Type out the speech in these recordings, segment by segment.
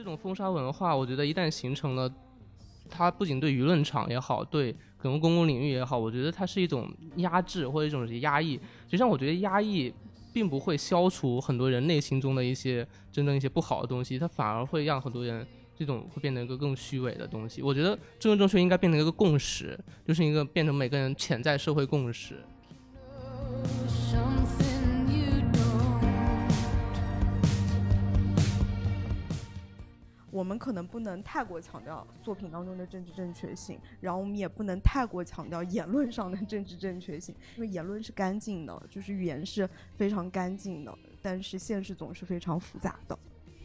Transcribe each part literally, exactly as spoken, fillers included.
种封杀文化我觉得一旦形成了，它不仅对舆论场也好，对可能公共领域也好，我觉得它是一种压制或者一种压抑。实际上我觉得压抑并不会消除很多人内心中的一些真正一些不好的东西，它反而会让很多人这种会变成一个更虚伪的东西。我觉得政治正确应该变成一个共识，就是一个变成每个人潜在社会共识。 我们可能不能太过强调作品当中的政治正确性，然后我们也不能太过强调言论上的政治正确性，因为言论是干净的，就是语言是非常干净的，但是现实总是非常复杂的。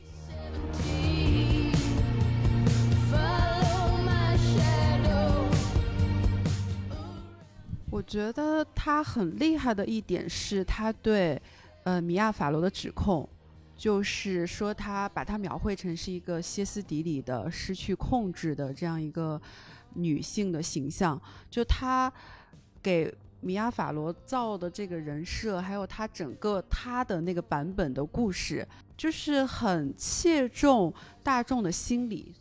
我觉得他很厉害的一点是他对呃米娅·法罗的指控，就是说他把她描绘成是一个歇斯底里的失去控制的这样一个女性的形象，就他给米娅·法罗造的这个人设，还有他整个他的那个版本的故事，就是很切中大众的心理。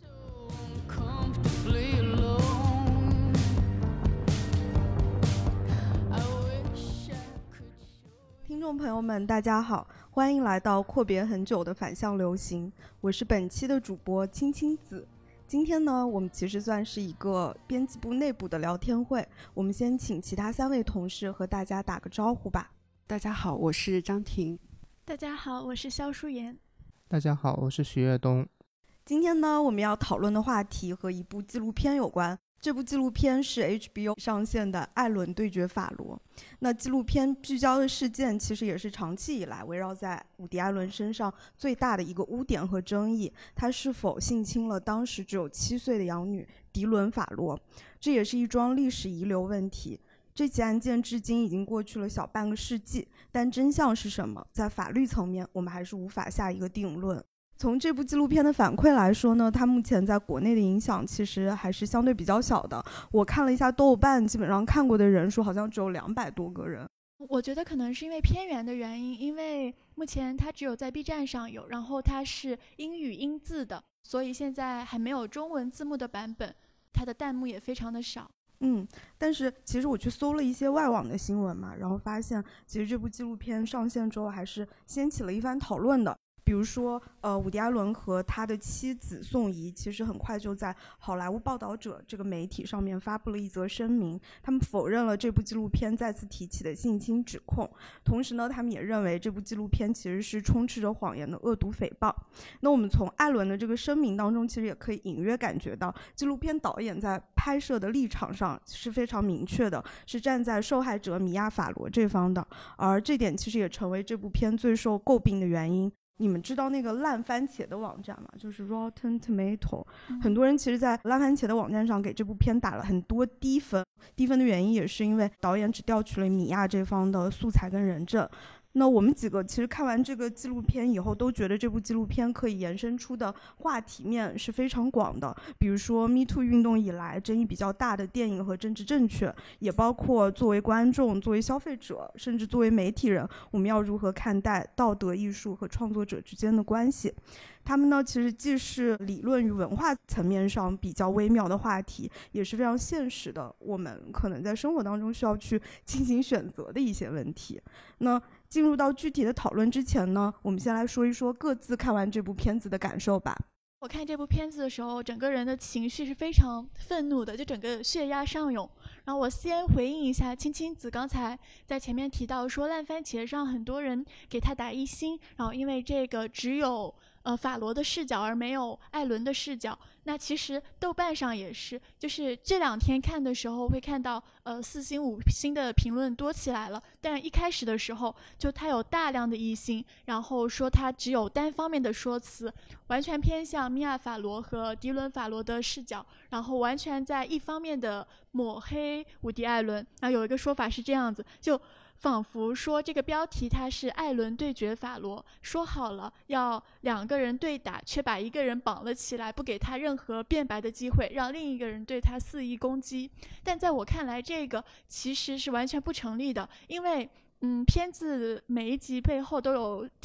听众朋友们大家好，欢迎来到阔别很久的反向流行，我是本期的主播青青子。今天呢，我们其实算是一个编辑部内部的聊天会，我们先请其他三位同事和大家打个招呼吧。 大家好，我是张婷。 大家好，我是肖淑妍。 大家好，我是徐跃东。 今天呢，我们要讨论的话题和一部纪录片有关。这部纪录片是 H B O 上线的《艾伦对决法罗》。那纪录片聚焦的事件其实也是长期以来围绕在伍迪·艾伦身上最大的一个污点和争议，他是否性侵了当时只有七岁的养女迪伦·法罗。这也是一桩历史遗留问题。这起案件至今已经过去了小半个世纪，但真相是什么，在法律层面我们还是无法下一个定论。从这部纪录片的反馈来说呢，它目前在国内的影响其实还是相对比较小的。我看了一下豆瓣，基本上看过的人数好像只有两百多个人。 我觉得可能是因为偏远的原因，因为目前它只有在 B 站上有，然后它是英语英字的，所以现在还没有中文字幕的版本，它的弹幕也非常的少。 嗯，但是其实我去搜了一些外网的新闻嘛，然后发现其实这部纪录片上线之后还是掀起了一番讨论的。比如说呃，伍迪·艾伦和他的妻子宋怡其实很快就在好莱坞报道者这个媒体上面发布了一则声明，他们否认了这部纪录片再次提起的性侵指控，同时呢他们也认为这部纪录片其实是充斥着谎言的恶毒诽谤。那我们从艾伦的这个声明当中其实也可以隐约感觉到，纪录片导演在拍摄的立场上是非常明确的，是站在受害者米娅·法罗这方的，而这点其实也成为这部片最受诟病的原因。你们知道那个烂番茄的网站吗？就是 Rotten Tomato、嗯、很多人其实在烂番茄的网站上给这部片打了很多低分，低分的原因也是因为导演只调取了米娅这方的素材跟人证。那我们几个其实看完这个纪录片以后都觉得这部纪录片可以延伸出的话题面是非常广的，比如说 Me Too 运动以来争议比较大的电影和政治正确，也包括作为观众、作为消费者，甚至作为媒体人，我们要如何看待道德艺术和创作者之间的关系。他们呢，其实既是理论与文化层面上比较微妙的话题，也是非常现实的，我们可能在生活当中需要去进行选择的一些问题。那进入到具体的讨论之前呢，我们先来说一说各自看完这部片子的感受吧。 我看这部片子的时候，整个人的情绪是非常愤怒的，就整个血压上涌。然后我先回应一下青青子刚才在前面提到说烂番茄上很多人给他打一星，然后因为这个只有呃法罗的视角而没有艾伦的视角。那其实豆瓣上也是，就是这两天看的时候会看到呃四星五星的评论多起来了，但一开始的时候就他有大量的一星，然后说他只有单方面的说辞，完全偏向米娅·法罗和迪伦·法罗的视角，然后完全在一方面的抹黑伍迪·艾伦。然后有一个说法是这样子，就仿佛说这个标题它是艾伦对决法罗，说好了要两个人对打，却把一个人绑了起来，不给他任何辩白的机会，让另一个人对他肆意攻击。但在我看来，这个其实是完全不成立的，因为嗯，片子每一集背后都有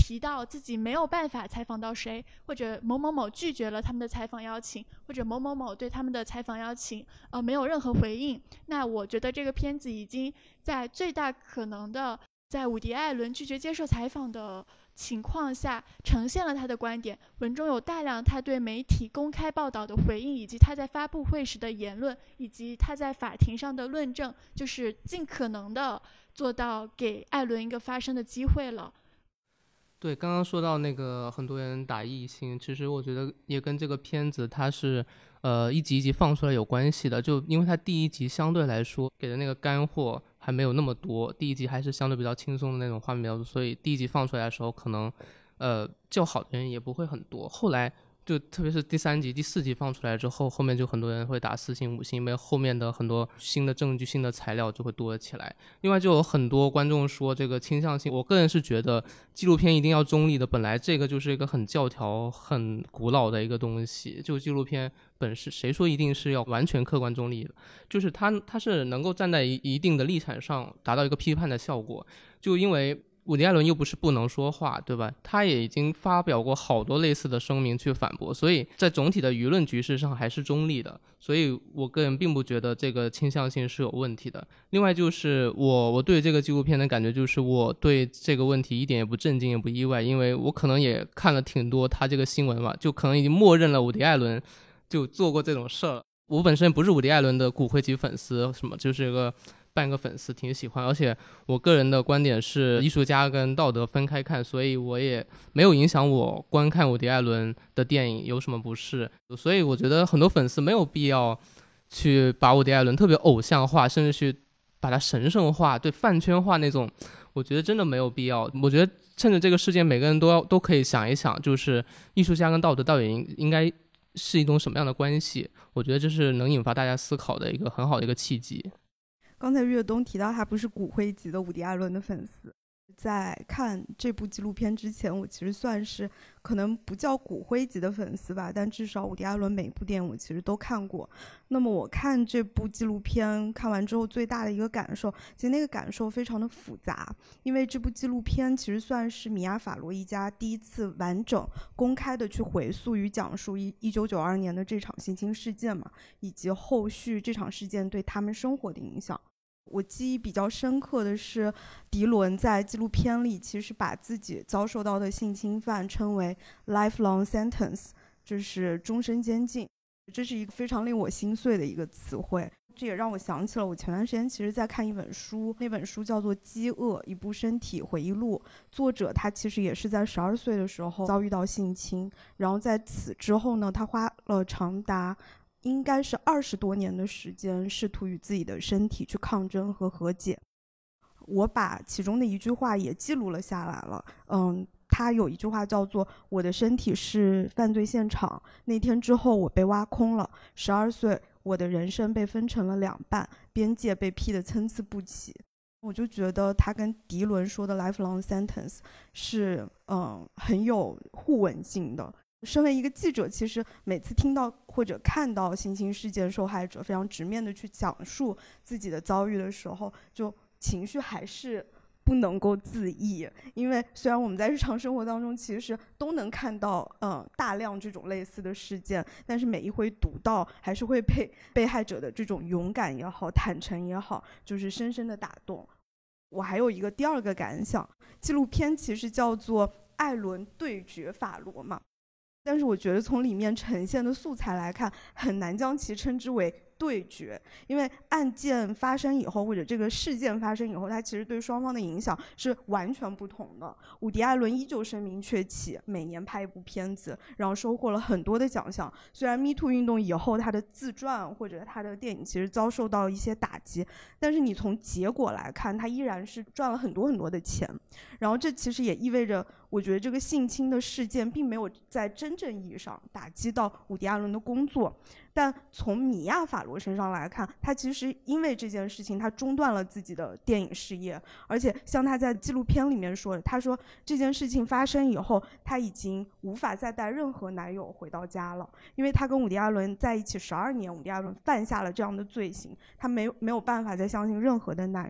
提到自己没有办法采访到谁，或者某某某拒绝了他们的采访邀请，或者某某某对他们的采访邀请呃没有任何回应，那我觉得这个片子已经在最大可能的在伍迪·艾伦拒绝接受采访的情况下呈现了他的观点，文中有大量他对媒体公开报道的回应，以及他在发布会时的言论，以及他在法庭上的论证，就是尽可能的做到给艾伦一个发声的机会了。 对，刚刚说到那个很多人打异性，其实我觉得也跟这个片子它是呃一集一集放出来有关系的，就因为它第一集相对来说给的那个干货还没有那么多，第一集还是相对比较轻松的那种画面描述，所以第一集放出来的时候可能呃叫好的人也不会很多。后来就特别是第三集第四集放出来之后，后面就很多人会打四星五星，因为后面的很多新的证据新的材料就会多了起来。另外就有很多观众说这个倾向性，我个人是觉得纪录片一定要中立的，本来这个就是一个很教条很古老的一个东西，就纪录片本身谁说一定是要完全客观中立的，就是它它是能够站在一一定的立场上达到一个批判的效果。就因为伍迪·艾伦又不是不能说话，对吧？他也已经发表过好多类似的声明去反驳，所以在总体的舆论局势上还是中立的，所以我个人并不觉得这个倾向性是有问题的。另外就是我我对这个纪录片的感觉就是我对这个问题一点也不震惊也不意外，因为我可能也看了挺多他这个新闻嘛，就可能已经默认了伍迪·艾伦就做过这种事儿。我本身不是伍迪·艾伦的骨灰级粉丝，什么就是个半个粉丝，挺喜欢，而且我个人的观点是艺术家跟道德分开看，所以我也没有影响我观看伍迪·艾伦的电影有什么不适。所以我觉得很多粉丝没有必要去把伍迪·艾伦特别偶像化，甚至去把它神圣化，对饭圈化那种，我觉得真的没有必要。我觉得趁着这个事件，每个人都要都可以想一想，就是艺术家跟道德到底应应该是一种什么样的关系。我觉得这是能引发大家思考的一个很好的一个契机。 刚才岳东提到他不是骨灰级的伍迪·艾伦的粉丝，在看这部纪录片之前，我其实算是可能不叫骨灰级的粉丝吧，但至少伍迪·艾伦每部电影我其实都看过。那么我看这部纪录片看完之后最大的一个感受，其实那个感受非常的复杂，因为这部纪录片其实算是米亚法罗一家第一次完整公开的去回溯与讲述一九九二年的这场性侵事件嘛，以及后续这场事件对他们生活的影响。我记忆比较深刻的是迪伦在纪录片里其实把自己遭受到的性侵犯称为 lifelong sentence， 就是终身监禁，这是一个非常令我心碎的一个词汇。这也让我想起了我前段时间其实在看一本书，那本书叫做《饥饿：一部身体回忆录》，作者他其实也是在十二岁的时候遭遇到性侵，然后在此之后呢，他花了长达应该是二十多年的时间试图与自己的身体去抗争和和解。我把其中的一句话也记录了下来了，嗯，他有一句话叫做我的身体是犯罪现场，那天之后我被挖空了，十二岁我的人生被分成了两半，边界被劈得参差不齐。我就觉得他跟迪伦说的 lifelong sentence 是嗯很有互文性的。身为一个记者，其实每次听到或者看到性侵事件受害者非常直面的去讲述自己的遭遇的时候，就情绪还是不能够自抑。因为虽然我们在日常生活当中其实都能看到嗯大量这种类似的事件，但是每一回读到还是会被被害者的这种勇敢也好坦诚也好就是深深的打动。我还有一个第二个感想，纪录片其实叫做艾伦对决法罗嘛，但是我觉得从里面呈现的素材来看，很难将其称之为对决，因为案件发生以后或者这个事件发生以后，它其实对双方的影响是完全不同的。伍迪·艾伦依旧声名鹊起，每年拍一部片子，然后收获了很多的奖项。虽然 Me Too 运动以后他的自传或者他的电影其实遭受到一些打击，但是你从结果来看，他依然是赚了很多很多的钱。然后这其实也意味着，我觉得这个性侵的事件并没有在真正意义上打击到伍迪·艾伦的工作，但从米亚法罗身上来看，他其实因为这件事情他中断了自己的电影事业，而且像他在纪录片里面说的，他说这件事情发生以后，他已经无法再带任何男友回到家了，因为他跟伍迪·艾伦在一起十二年，伍迪·艾伦犯下了这样的罪行，他没有没有办法再相信任何的男友。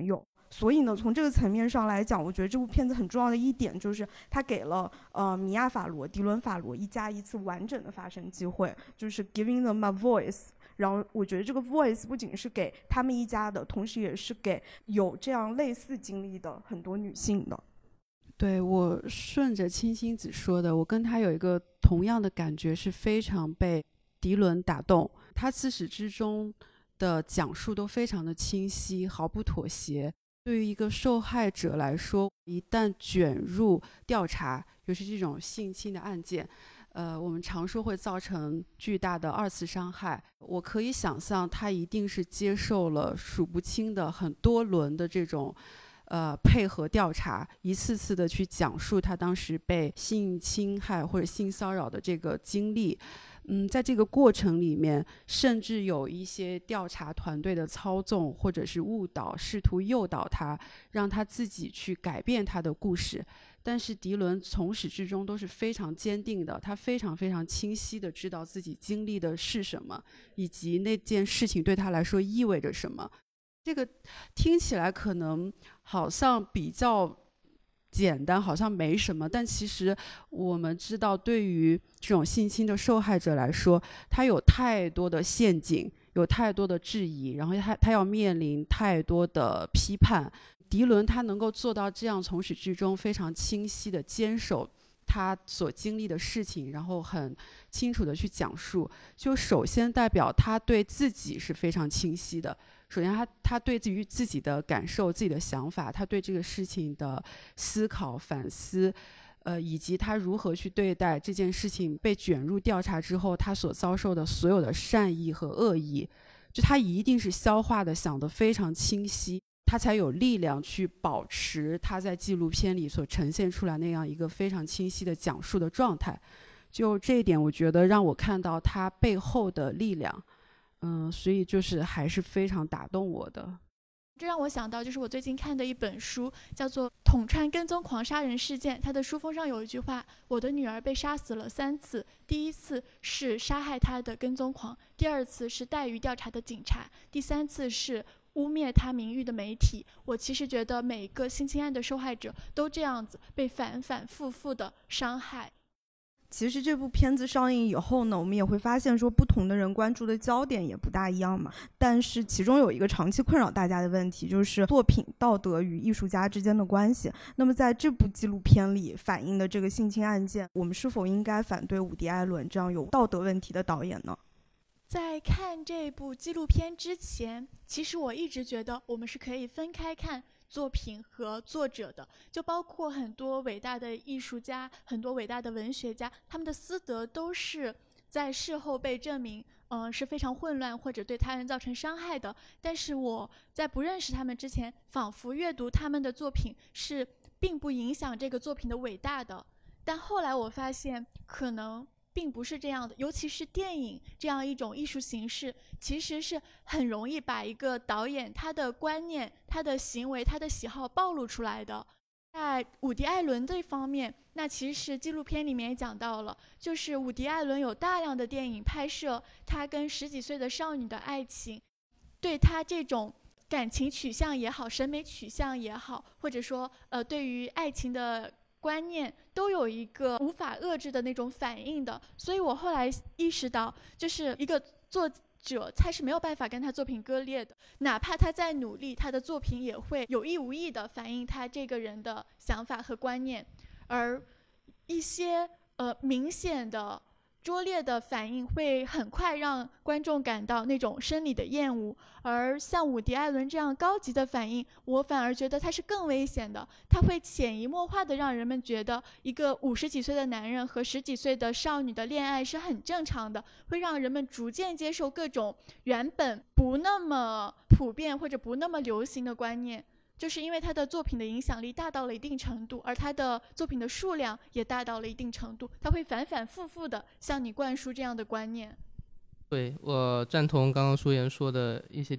所以呢，从这个层面上来讲，我觉得这部片子很重要的一点就是它给了呃米娅·法罗、迪伦·法罗一家一次完整的发声机会，就是 giving them a voice。然后我觉得这个 voice 不仅是给他们一家的，同时也是给有这样类似经历的很多女性的。 对，我顺着青青子说的，我跟他有一个同样的感觉，是非常被迪伦打动。他自始至终的讲述都非常的清晰，毫不妥协。对于一个受害者来说，一旦卷入调查，尤其这种性侵的案件，呃，我们常说会造成巨大的二次伤害。我可以想象，他一定是接受了数不清的很多轮的这种呃，配合调查，一次次的去讲述他当时被性侵害或者性骚扰的这个经历。嗯，在这个过程里面，甚至有一些调查团队的操纵或者是误导，试图诱导他，让他自己去改变他的故事。但是迪伦从始至终都是非常坚定的，他非常非常清晰的知道自己经历的是什么，以及那件事情对他来说意味着什么。这个听起来可能好像比较简单，好像没什么，但其实我们知道，对于这种性侵的受害者来说，他有太多的陷阱，有太多的质疑，然后他他要面临太多的批判。迪伦他能够做到这样从始至终非常清晰的坚守他所经历的事情，然后很清楚的去讲述，就首先代表他对自己是非常清晰的。首先他他对于自己的感受、自己的想法，他对这个事情的思考反思，呃，以及他如何去对待这件事情被卷入调查之后他所遭受的所有的善意和恶意，就他一定是消化的想得非常清晰，他才有力量去保持他在纪录片里所呈现出来那样一个非常清晰的讲述的状态。就这一点我觉得让我看到他背后的力量，嗯，所以就是还是非常打动我的。 这让我想到就是我最近看的一本书，叫做《统川跟踪狂杀人事件》。它的书封上有一句话：我的女儿被杀死了三次，第一次是杀害她的跟踪狂，第二次是怠于调查的警察，第三次是污蔑她名誉的媒体。我其实觉得每个性侵案的受害者都这样子被反反复复的伤害。 其实这部片子上映以后呢，我们也会发现说不同的人关注的焦点也不大一样嘛。但是其中有一个长期困扰大家的问题，就是作品道德与艺术家之间的关系。那么在这部纪录片里反映的这个性侵案件，我们是否应该反对伍迪·艾伦这样有道德问题的导演呢？ 在看这部纪录片之前，其实我一直觉得我们是可以分开看作品和作者的，就包括很多伟大的艺术家，很多伟大的文学家，他们的私德都是在事后被证明嗯、呃，是非常混乱或者对他人造成伤害的。但是我在不认识他们之前，仿佛阅读他们的作品是并不影响这个作品的伟大的。但后来我发现可能并不是这样的，尤其是电影这样一种艺术形式，其实是很容易把一个导演他的观念、他的行为、他的喜好暴露出来的。在伍迪·艾伦这方面，那其实纪录片里面也讲到了，就是伍迪·艾伦有大量的电影拍摄他跟十几岁的少女的爱情，对他这种感情取向也好，审美取向也好，或者说呃对于爱情的观念都有一个无法遏制的那种反应的。所以我后来意识到，就是一个作者他是没有办法跟他作品割裂的，哪怕他再努力，他的作品也会有意无意的反映他这个人的想法和观念。而一些呃明显的拙劣的反应会很快让观众感到那种生理的厌恶，而像伍迪·艾伦这样高级的反应，我反而觉得它是更危险的。它会潜移默化地让人们觉得一个五十几岁的男人和十几岁的少女的恋爱是很正常的，会让人们逐渐接受各种原本不那么普遍或者不那么流行的观念。就是因为他的作品的影响力大到了一定程度，而他的作品的数量也大到了一定程度，他会反反复复的向你灌输这样的观念。 对，我赞同刚刚舒言说的一些点。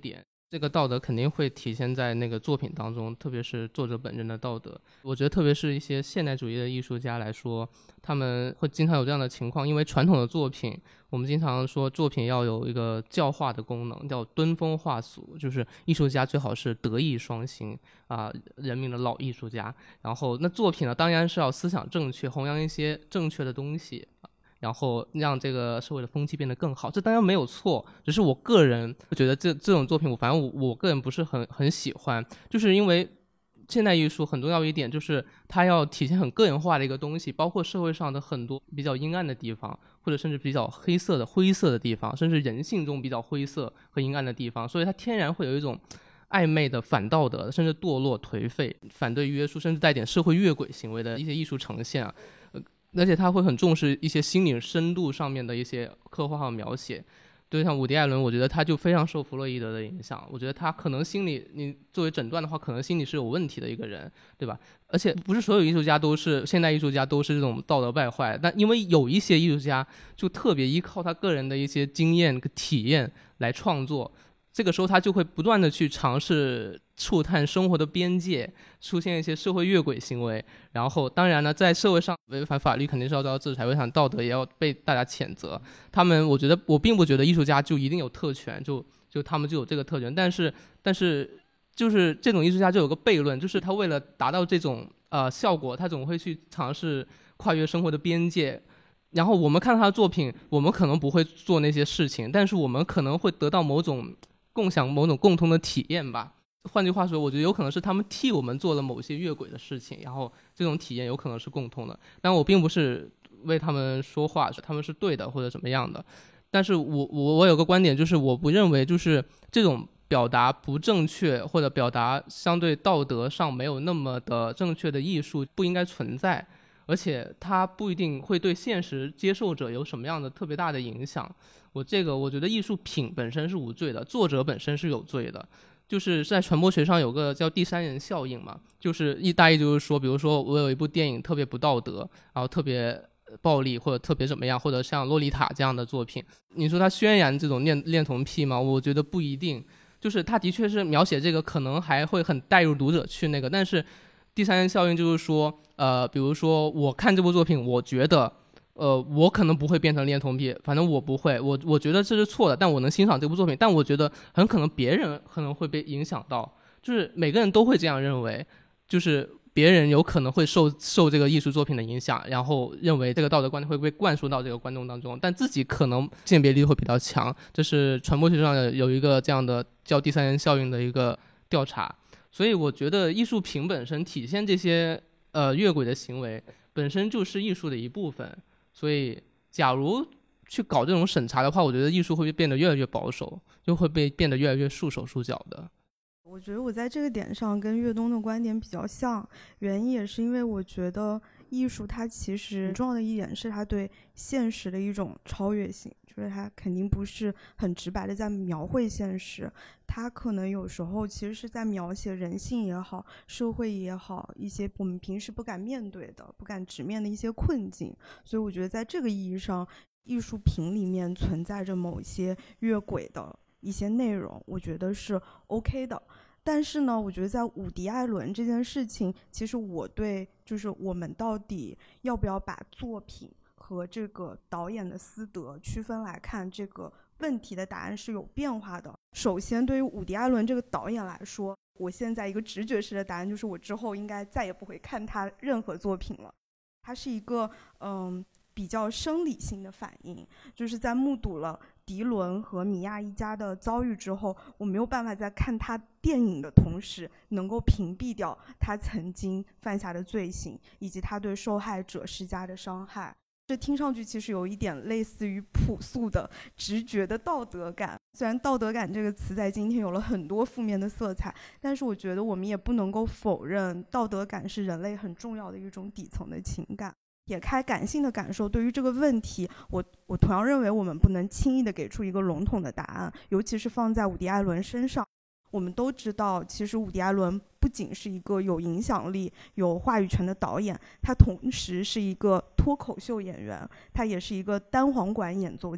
这个道德肯定会体现在那个作品当中，特别是作者本人的道德。我觉得特别是一些现代主义的艺术家来说，他们会经常有这样的情况，因为传统的作品，我们经常说作品要有一个教化的功能，叫敦风化俗，就是艺术家最好是德艺双馨啊、呃，人民的老艺术家。然后那作品呢，当然是要思想正确，弘扬一些正确的东西，然后让这个社会的风气变得更好，这当然没有错，只是我个人觉得这这种作品，我反正我我个人不是很很喜欢，就是因为现代艺术很重要一点就是它要体现很个人化的一个东西，包括社会上的很多比较阴暗的地方，或者甚至比较黑色的灰色的地方，甚至人性中比较灰色和阴暗的地方，所以它天然会有一种暧昧的反道德，甚至堕落颓废、反对约束，甚至带点社会越轨行为的一些艺术呈现啊。而且他会很重视一些心理深度上面的一些刻画和描写，对，像伍迪·艾伦，我觉得他就非常受弗洛伊德的影响。我觉得他可能心理，你作为诊断的话，可能心理是有问题的一个人，对吧？而且不是所有艺术家都是现代艺术家都是这种道德败坏，但因为有一些艺术家就特别依靠他个人的一些经验体验来创作。这个时候他就会不断的去尝试触探生活的边界，出现一些社会越轨行为，然后当然呢在社会上违反法律肯定是要遭到制裁，违反道德也要被大家谴责。他们我觉得我并不觉得艺术家就一定有特权，就就他们就有这个特权，但是但是就是这种艺术家就有个悖论，就是他为了达到这种呃效果，他总会去尝试跨越生活的边界。然后我们看到他的作品，我们可能不会做那些事情，但是我们可能会得到某种共享某种共同的体验吧。换句话说，我觉得有可能是他们替我们做了某些越轨的事情，然后这种体验有可能是共通的。但我并不是为他们说话，他们是对的或者怎么样的。但是我我我有个观点，就是我不认为就是这种表达不正确或者表达相对道德上没有那么的正确的艺术不应该存在，而且它不一定会对现实接受者有什么样的特别大的影响。我这个我觉得艺术品本身是无罪的，作者本身是有罪的。就是在传播学上有个叫第三人效应嘛，就是一大意就是说，比如说我有一部电影特别不道德，然后特别暴力或者特别怎么样，或者像洛丽塔这样的作品，你说它宣扬这种恋恋童癖吗？我觉得不一定，就是它的确是描写这个可能还会很带入读者去那个，但是第三人效应就是说呃，比如说我看这部作品，我觉得呃，我可能不会变成恋童癖，反正我不会，我我觉得这是错的，但我能欣赏这部作品，但我觉得很可能别人可能会被影响到，就是每个人都会这样认为，就是别人有可能会受受这个艺术作品的影响，然后认为这个道德观念会被灌输到这个观众当中，但自己可能鉴别力会比较强。这是传播学上有一个这样的叫第三人效应的一个调查，所以我觉得艺术品本身体现这些呃越轨的行为本身就是艺术的一部分。所以假如去搞这种审查的话，我觉得艺术会变得越来越保守，就会被变得越来越束手束脚的。 我觉得我在这个点上跟岳东的观点比较像，原因也是因为我觉得艺术它其实重要的一点是它对现实的一种超越性，就是它肯定不是很直白的在描绘现实，它可能有时候其实是在描写人性也好，社会也好，一些我们平时不敢面对的不敢直面的一些困境。所以我觉得在这个意义上，艺术品里面存在着某些越轨的一些内容，我觉得是 OK 的。但是呢，我觉得在伍迪·艾伦这件事情，其实我对就是我们到底要不要把作品和这个导演的私德区分来看这个问题的答案是有变化的。首先对于伍迪·艾伦这个导演来说，我现在一个直觉式的答案就是我之后应该再也不会看他任何作品了。它是一个嗯比较生理性的反应，就是在目睹了迪伦和米娅一家的遭遇之后，我没有办法在看他电影的同时能够屏蔽掉他曾经犯下的罪行以及他对受害者施加的伤害。这听上去其实有一点类似于朴素的直觉的道德感，虽然道德感这个词在今天有了很多负面的色彩，但是我觉得我们也不能够否认道德感是人类很重要的一种底层的情感。撇开感性的感受，对于这个问题我我同样认为我们不能轻易的给出一个笼统的答案，尤其是放在伍迪·艾伦身上。我们都知道，其实伍迪·艾伦不仅是一个有影响力有话语权的导演，他同时是一个脱口秀演员，他也是一个单簧管演奏家。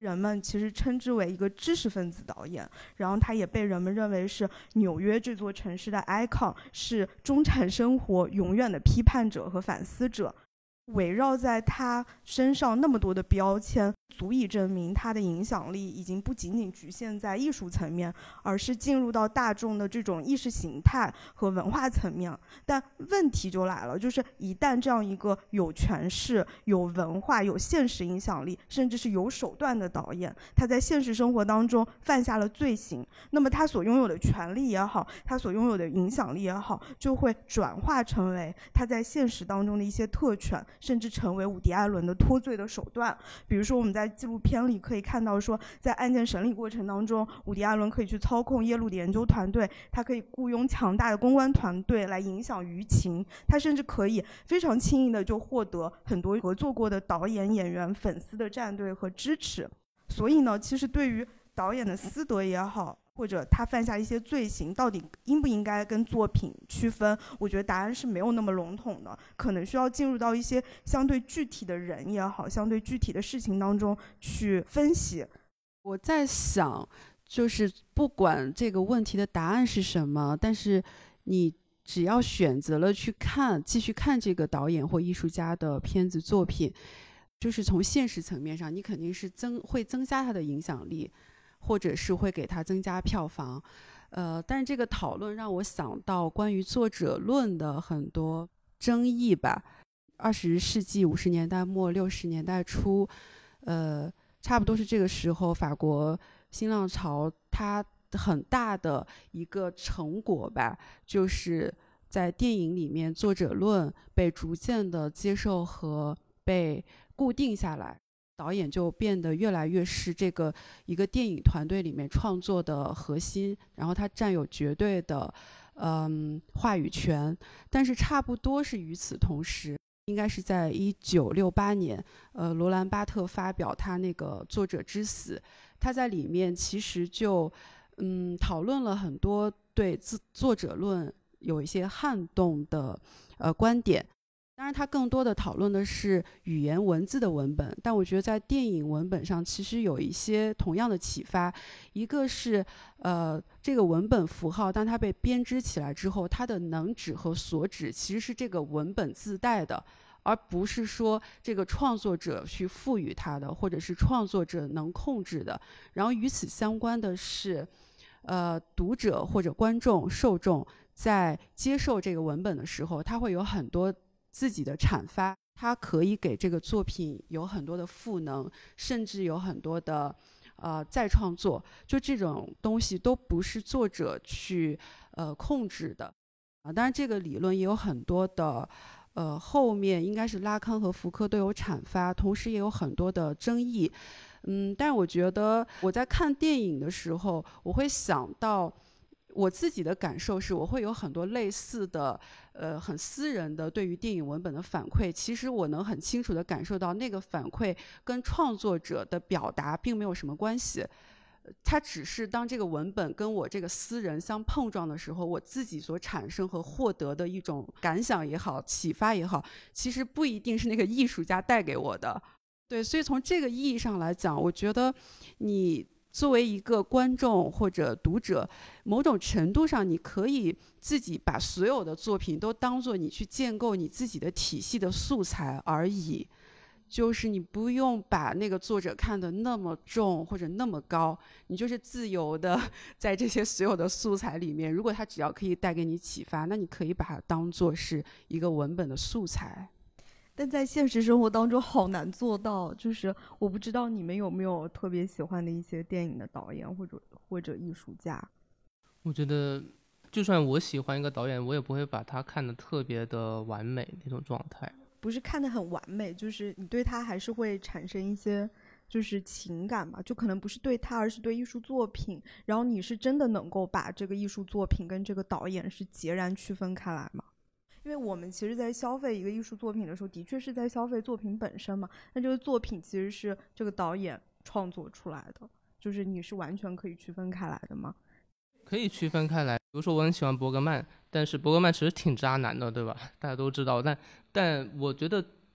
人们其实称之为一个知识分子导演，然后他也被人们认为是纽约这座城市的 icon， 是中产生活永远的批判者和反思者。围绕在他身上那么多的标签，足以证明他的影响力已经不仅仅局限在艺术层面，而是进入到大众的这种意识形态和文化层面。但问题就来了，就是一旦这样一个有权势、有文化、有现实影响力，甚至是有手段的导演，他在现实生活当中犯下了罪行，那么他所拥有的权利也好，他所拥有的影响力也好，就会转化成为他在现实当中的一些特权，甚至成为伍迪·艾伦的脱罪的手段。比如说我们在纪录片里可以看到说，在案件审理过程当中，伍迪·艾伦可以去操控耶鲁的研究团队，他可以雇佣强大的公关团队来影响舆情，他甚至可以非常轻易的就获得很多合作过的导演、演员、粉丝的站队和支持。所以呢，其实对于导演的私德也好，或者他犯下一些罪行，到底应不应该跟作品区分，我觉得答案是没有那么笼统的，可能需要进入到一些相对具体的人也好，相对具体的事情当中去分析。 我在想，就是不管这个问题的答案是什么，但是你只要选择了去看，继续看这个导演或艺术家的片子作品，就是从现实层面上，你肯定是增会增加他的影响力，或者是会给他增加票房。呃，但是这个讨论让我想到关于作者论的很多争议吧。二十世纪五十年代末六十年代初，呃，差不多是这个时候，法国新浪潮它很大的一个成果吧，就是在电影里面作者论被逐渐的接受和被固定下来，导演就变得越来越是这个一个电影团队里面创作的核心，然后他占有绝对的嗯话语权。但是差不多是与此同时，应该是在一九六八年，呃，罗兰巴特发表他那个作者之死，他在里面其实就嗯讨论了很多对作者论有一些撼动的呃观点。当然他更多的讨论的是语言文字的文本，但我觉得在电影文本上其实有一些同样的启发。一个是呃这个文本符号当它被编织起来之后，它的能指和所指其实是这个文本自带的，而不是说这个创作者去赋予它的，或者是创作者能控制的。然后与此相关的是呃读者或者观众受众在接受这个文本的时候，他会有很多自己的阐发，它可以给这个作品有很多的赋能，甚至有很多的呃再创作，就这种东西都不是作者去呃控制的啊。当然这个理论也有很多的呃后面应该是拉康和福柯都有阐发，同时也有很多的争议。嗯，但是我觉得我在看电影的时候，我会想到我自己的感受是，我会有很多类似的呃很私人的对于电影文本的反馈，其实我能很清楚地感受到那个反馈跟创作者的表达并没有什么关系，它只是当这个文本跟我这个私人相碰撞的时候，我自己所产生和获得的一种感想也好，启发也好，其实不一定是那个艺术家带给我的。对，所以从这个意义上来讲，我觉得你作为一个观众或者读者，某种程度上你可以自己把所有的作品都当作你去建构你自己的体系的素材而已，就是你不用把那个作者看得那么重或者那么高，你就是自由的在这些所有的素材里面，如果它只要可以带给你启发，那你可以把它当作是一个文本的素材。 但在现实生活当中好难做到，就是我不知道你们有没有特别喜欢的一些电影的导演或者或者艺术家。 我觉得就算我喜欢一个导演，我也不会把他看得特别的完美那种状态。 不是看得很完美，就是你对他还是会产生一些就是情感吧，就可能不是对他，而是对艺术作品，然后你是真的能够把这个艺术作品跟这个导演是截然区分开来吗？因为我们其实在消费一个艺术作品的时候，的确是在消费作品本身嘛，那这个作品其实是这个导演创作出来的，就是你是完全可以区分开来的吗？ 可以区分开来。比如说我很喜欢伯格曼，但是伯格曼其实挺渣男的，对吧？大家都知道。但但我觉得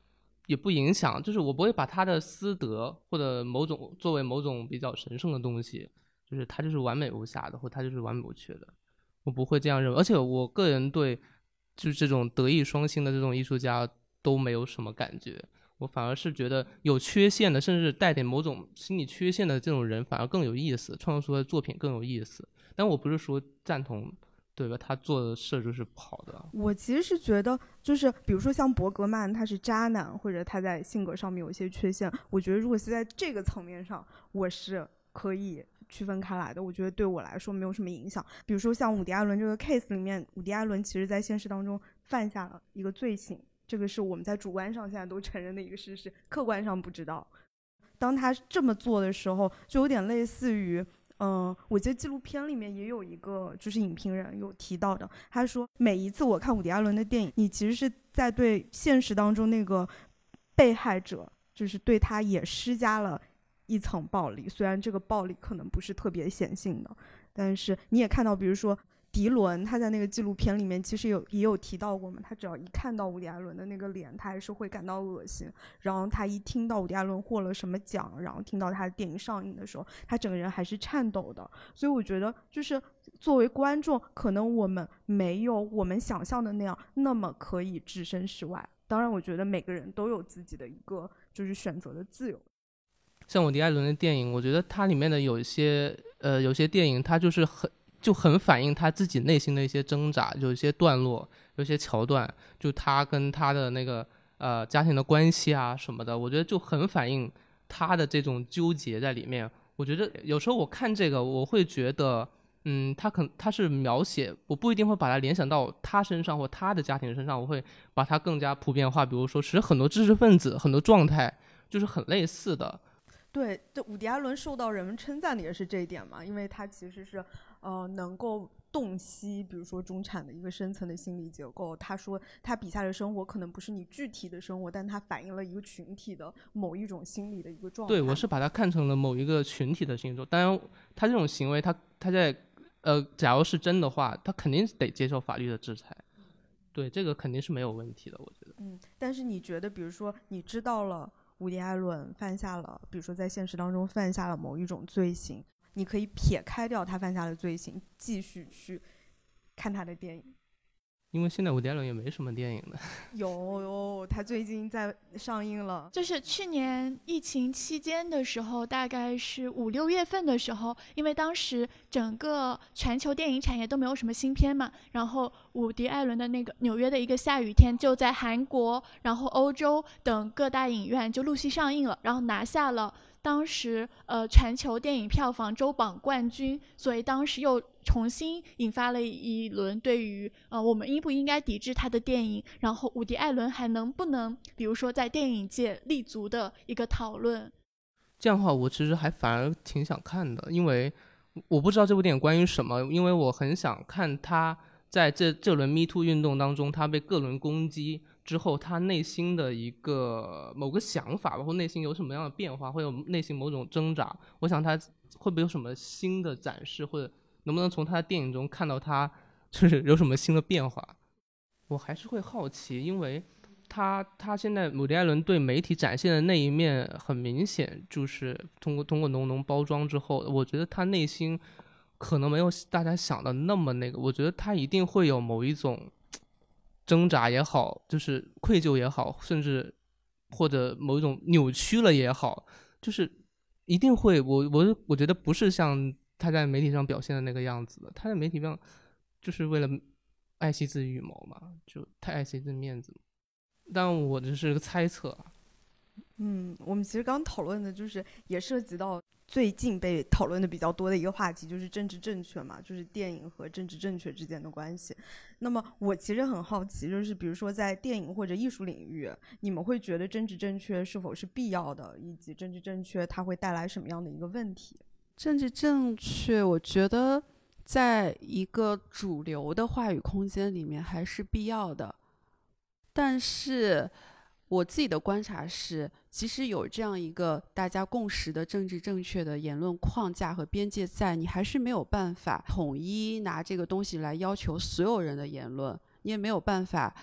也不影响，就是我不会把他的私德或者某种作为某种比较神圣的东西，就是他就是完美无瑕的，或他就是完美无缺的，我不会这样认为。而且我个人对就是这种德艺双馨的这种艺术家都没有什么感觉，我反而是觉得有缺陷的，甚至带点某种心理缺陷的这种人反而更有意思，创作出的作品更有意思。但我不是说赞同对吧他做的事就是不好的。 我其实是觉得就是比如说像伯格曼他是渣男，或者他在性格上面有一些缺陷，我觉得如果是在这个层面上我是可以区分开来的，我觉得对我来说没有什么影响。比如说像伍迪·艾伦这个 case 里面，伍迪·艾伦其实在现实当中犯下了一个罪行，这个是我们在主观上现在都承认的一个事实，客观上不知道。当他这么做的时候就有点类似于嗯，我记得纪录片里面也有一个就是影评人有提到的，他说每一次我看伍迪·艾伦的电影，你其实是在对现实当中那个被害者就是对他也施加了一层暴力，虽然这个暴力可能不是特别显性的，但是你也看到比如说迪伦他在那个纪录片里面其实有也有提到过嘛，他只要一看到伍迪·艾伦的那个脸他还是会感到恶心，然后他一听到伍迪·艾伦获了什么奖，然后听到他的电影上映的时候他整个人还是颤抖的。所以我觉得就是作为观众可能我们没有我们想象的那样那么可以置身事外，当然我觉得每个人都有自己的一个就是选择的自由。 像伍迪·艾伦的电影，我觉得它里面的有一些呃有些电影它就是很就很反映他自己内心的一些挣扎，有一些段落有一些桥段，就他跟他的那个呃家庭的关系啊什么的，我觉得就很反映他的这种纠结在里面。我觉得有时候我看这个我会觉得嗯，他可他是描写，我不一定会把它联想到他身上或他的家庭身上，我会把它更加普遍化，比如说其实很多知识分子很多状态就是很类似的。 对，这伍迪·艾伦受到人们称赞的也是这一点嘛，因为他其实是呃能够洞悉比如说中产的一个深层的心理结构。他说他笔下的生活可能不是你具体的生活，但他反映了一个群体的某一种心理的一个状态。 对，我是把它看成了某一个群体的行动。当然他这种行为他他在呃假如是真的话，他肯定得接受法律的制裁。对，这个肯定是没有问题的，我觉得。 嗯，但是你觉得比如说你知道了伍迪·艾伦犯下了比如说在现实当中犯下了某一种罪行，你可以撇开掉他犯下的罪行继续去看他的电影。 因为现在伍迪·艾伦也没什么电影了。 有有，他最近在上映了， 就是去年疫情期间的时候，大概是五六月份的时候，因为当时整个全球电影产业都没有什么新片嘛，然后伍迪·艾伦的那个纽约的一个下雨天就在韩国然后欧洲等各大影院就陆续上映了，然后拿下了当时呃全球电影票房周榜冠军，所以当时又重新引发了一轮对于呃我们应不应该抵制他的电影，然后伍迪·艾伦还能不能比如说在电影界立足的一个讨论。 这样的话我其实还反而挺想看的，因为我不知道这部电影关于什么，因为我很想看他在这这轮 Me Too 运动当中他被各轮攻击之后他内心的一个某个想法，包括内心有什么样的变化，会有内心某种挣扎，我想他会不会有什么新的展示，或者能不能从他的电影中看到他就是有什么新的变化。我还是会好奇，因为他他现在伍迪·艾伦对媒体展现的那一面很明显就是通过通过浓浓包装之后，我觉得他内心可能没有大家想的那么那个，我觉得他一定会有某一种挣扎也好，就是愧疚也好，甚至或者某一种扭曲了也好，就是一定会我我我觉得不是像他在媒体上表现的那个样子的，他在媒体上就是为了爱惜自己羽毛嘛，就太爱惜自己面子，但我这是个猜测。 嗯，我们其实刚讨论的就是也涉及到最近被讨论的比较多的一个话题，就是政治正确嘛，就是电影和政治正确之间的关系。那么我其实很好奇，就是比如说在电影或者艺术领域，你们会觉得政治正确是否是必要的，以及政治正确它会带来什么样的一个问题？ 政治正确我觉得在一个主流的话语空间里面还是必要的，但是我自己的观察是，即使有这样一个大家共识的政治正确的言论框架和边界在，你还是没有办法统一拿这个东西来要求所有人的言论，你也没有办法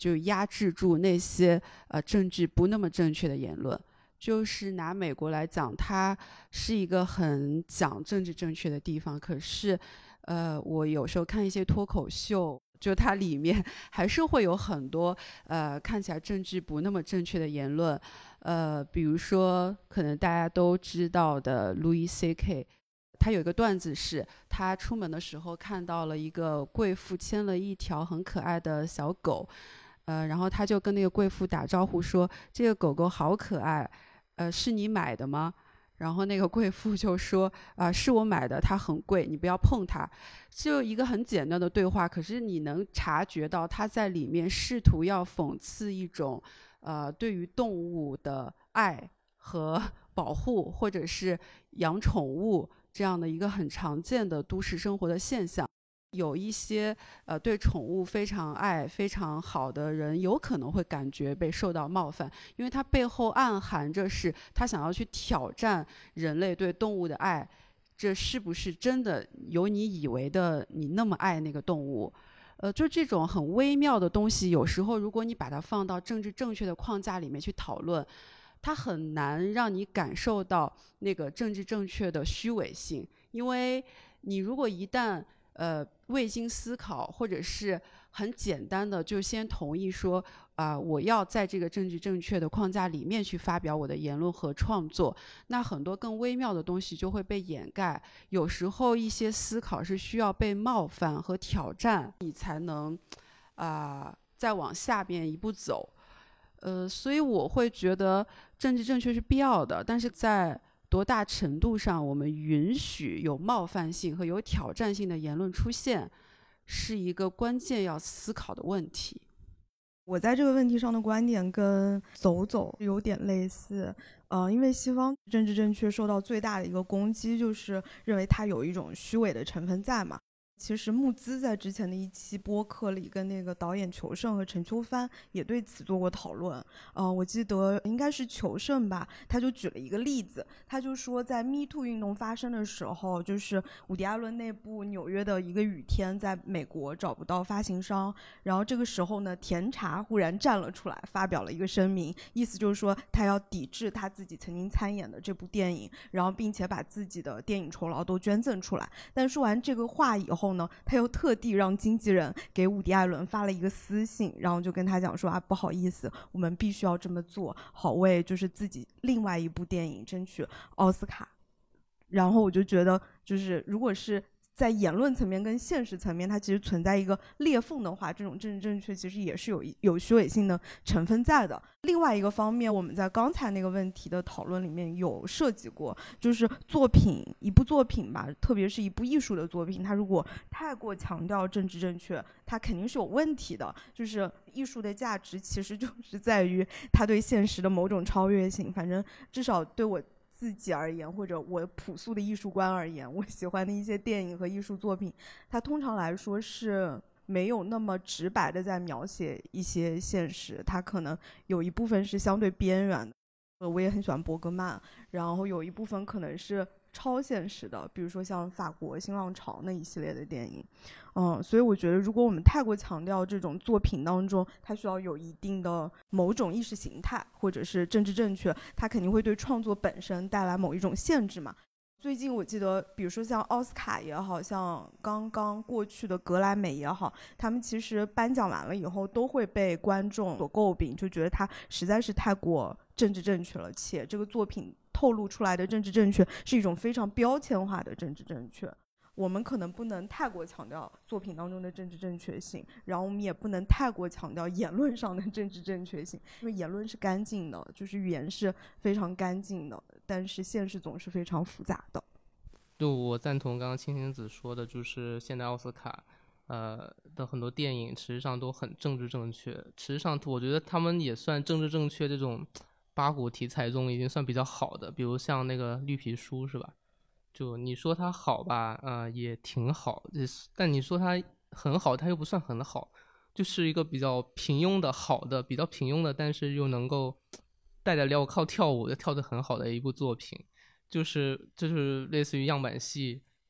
就压制住那些呃政治不那么正确的言论。就是拿美国来讲，它是一个很讲政治正确的地方，可是呃我有时候看一些脱口秀，就它里面还是会有很多呃看起来政治不那么正确的言论，呃比如说可能大家都知道的 Louis C K， 他有一个段子是他出门的时候看到了一个贵妇牵了一条很可爱的小狗，呃然后他就跟那个贵妇打招呼说这个狗狗好可爱，呃是你买的吗？然后那个贵妇就说啊、呃，是我买的，它很贵，你不要碰它。就一个很简单的对话，可是你能察觉到他在里面试图要讽刺一种呃对于动物的爱和保护，或者是养宠物这样的一个很常见的都市生活的现象。有一些呃对宠物非常爱非常好的人有可能会感觉被受到冒犯，因为它背后暗含着是他想要去挑战人类对动物的爱，这是不是真的有你以为的你那么爱那个动物。呃，就这种很微妙的东西，有时候如果你把它放到政治正确的框架里面去讨论，它很难让你感受到那个政治正确的虚伪性。因为你如果一旦呃未经思考，或者是很简单的就先同意说啊、呃，我要在这个政治正确的框架里面去发表我的言论和创作，那很多更微妙的东西就会被掩盖。有时候一些思考是需要被冒犯和挑战，你才能啊、呃、再往下边一步走。呃，所以我会觉得政治正确是必要的，但是在多大程度上我们允许有冒犯性和有挑战性的言论出现，是一个关键要思考的问题。 我在这个问题上的观点跟走走有点类似，呃，因为西方政治正确受到最大的一个攻击，就是认为它有一种虚伪的成分在嘛。其实穆兹在之前的一期播客里跟那个导演裘盛和陈秋帆也对此做过讨论。呃，我记得应该是裘盛吧，他就举了一个例子，他就说在 Me Too 运动发生的时候，就是伍迪·艾伦那部纽约的一个雨天在美国找不到发行商，然后这个时候呢，甜茶忽然站了出来，发表了一个声明，意思就是说他要抵制他自己曾经参演的这部电影，然后并且把自己的电影酬劳都捐赠出来。但说完这个话以后呢，他又特地让经纪人给伍迪·艾伦发了一个私信，然后就跟他讲说啊，不好意思，我们必须要这么做，好为就是自己另外一部电影争取奥斯卡。然后我就觉得，就是如果是在言论层面跟现实层面它其实存在一个裂缝的话，这种政治正确其实也是有有虚伪性的成分在的。另外一个方面，我们在刚才那个问题的讨论里面有涉及过，就是作品一部作品吧，特别是一部艺术的作品，它如果太过强调政治正确，它肯定是有问题的。就是艺术的价值其实就是在于它对现实的某种超越性，反正至少对我自己而言，或者我朴素的艺术观而言，我喜欢的一些电影和艺术作品，它通常来说是没有那么直白的在描写一些现实，它可能有一部分是相对边缘的。呃，我也很喜欢伯格曼，然后有一部分可能是超现实的，比如说像法国新浪潮那一系列的电影。嗯，所以我觉得如果我们太过强调这种作品当中它需要有一定的某种意识形态或者是政治正确，它肯定会对创作本身带来某一种限制嘛。最近我记得比如说像奥斯卡也好，像刚刚过去的格莱美也好，他们其实颁奖完了以后都会被观众所诟病，就觉得它实在是太过政治正确了，且这个作品透露出来的政治正确是一种非常标签化的政治正确。我们可能不能太过强调作品当中的政治正确性，然后我们也不能太过强调言论上的政治正确性，因为言论是干净的，就是语言是非常干净的，但是现实总是非常复杂的。 就我赞同刚刚青青子说的，就是现在奥斯卡呃的很多电影实际上都很政治正确，实际上我觉得他们也算政治正确这种八股题材中已经算比较好的，比如像那个绿皮书是吧，就你说它好吧，呃，也挺好，但你说它很好，它又不算很好，就是一个比较平庸的好的，比较平庸的，但是又能够带着镣铐跳舞，跳得很好的一部作品，就是就是类似于样板戏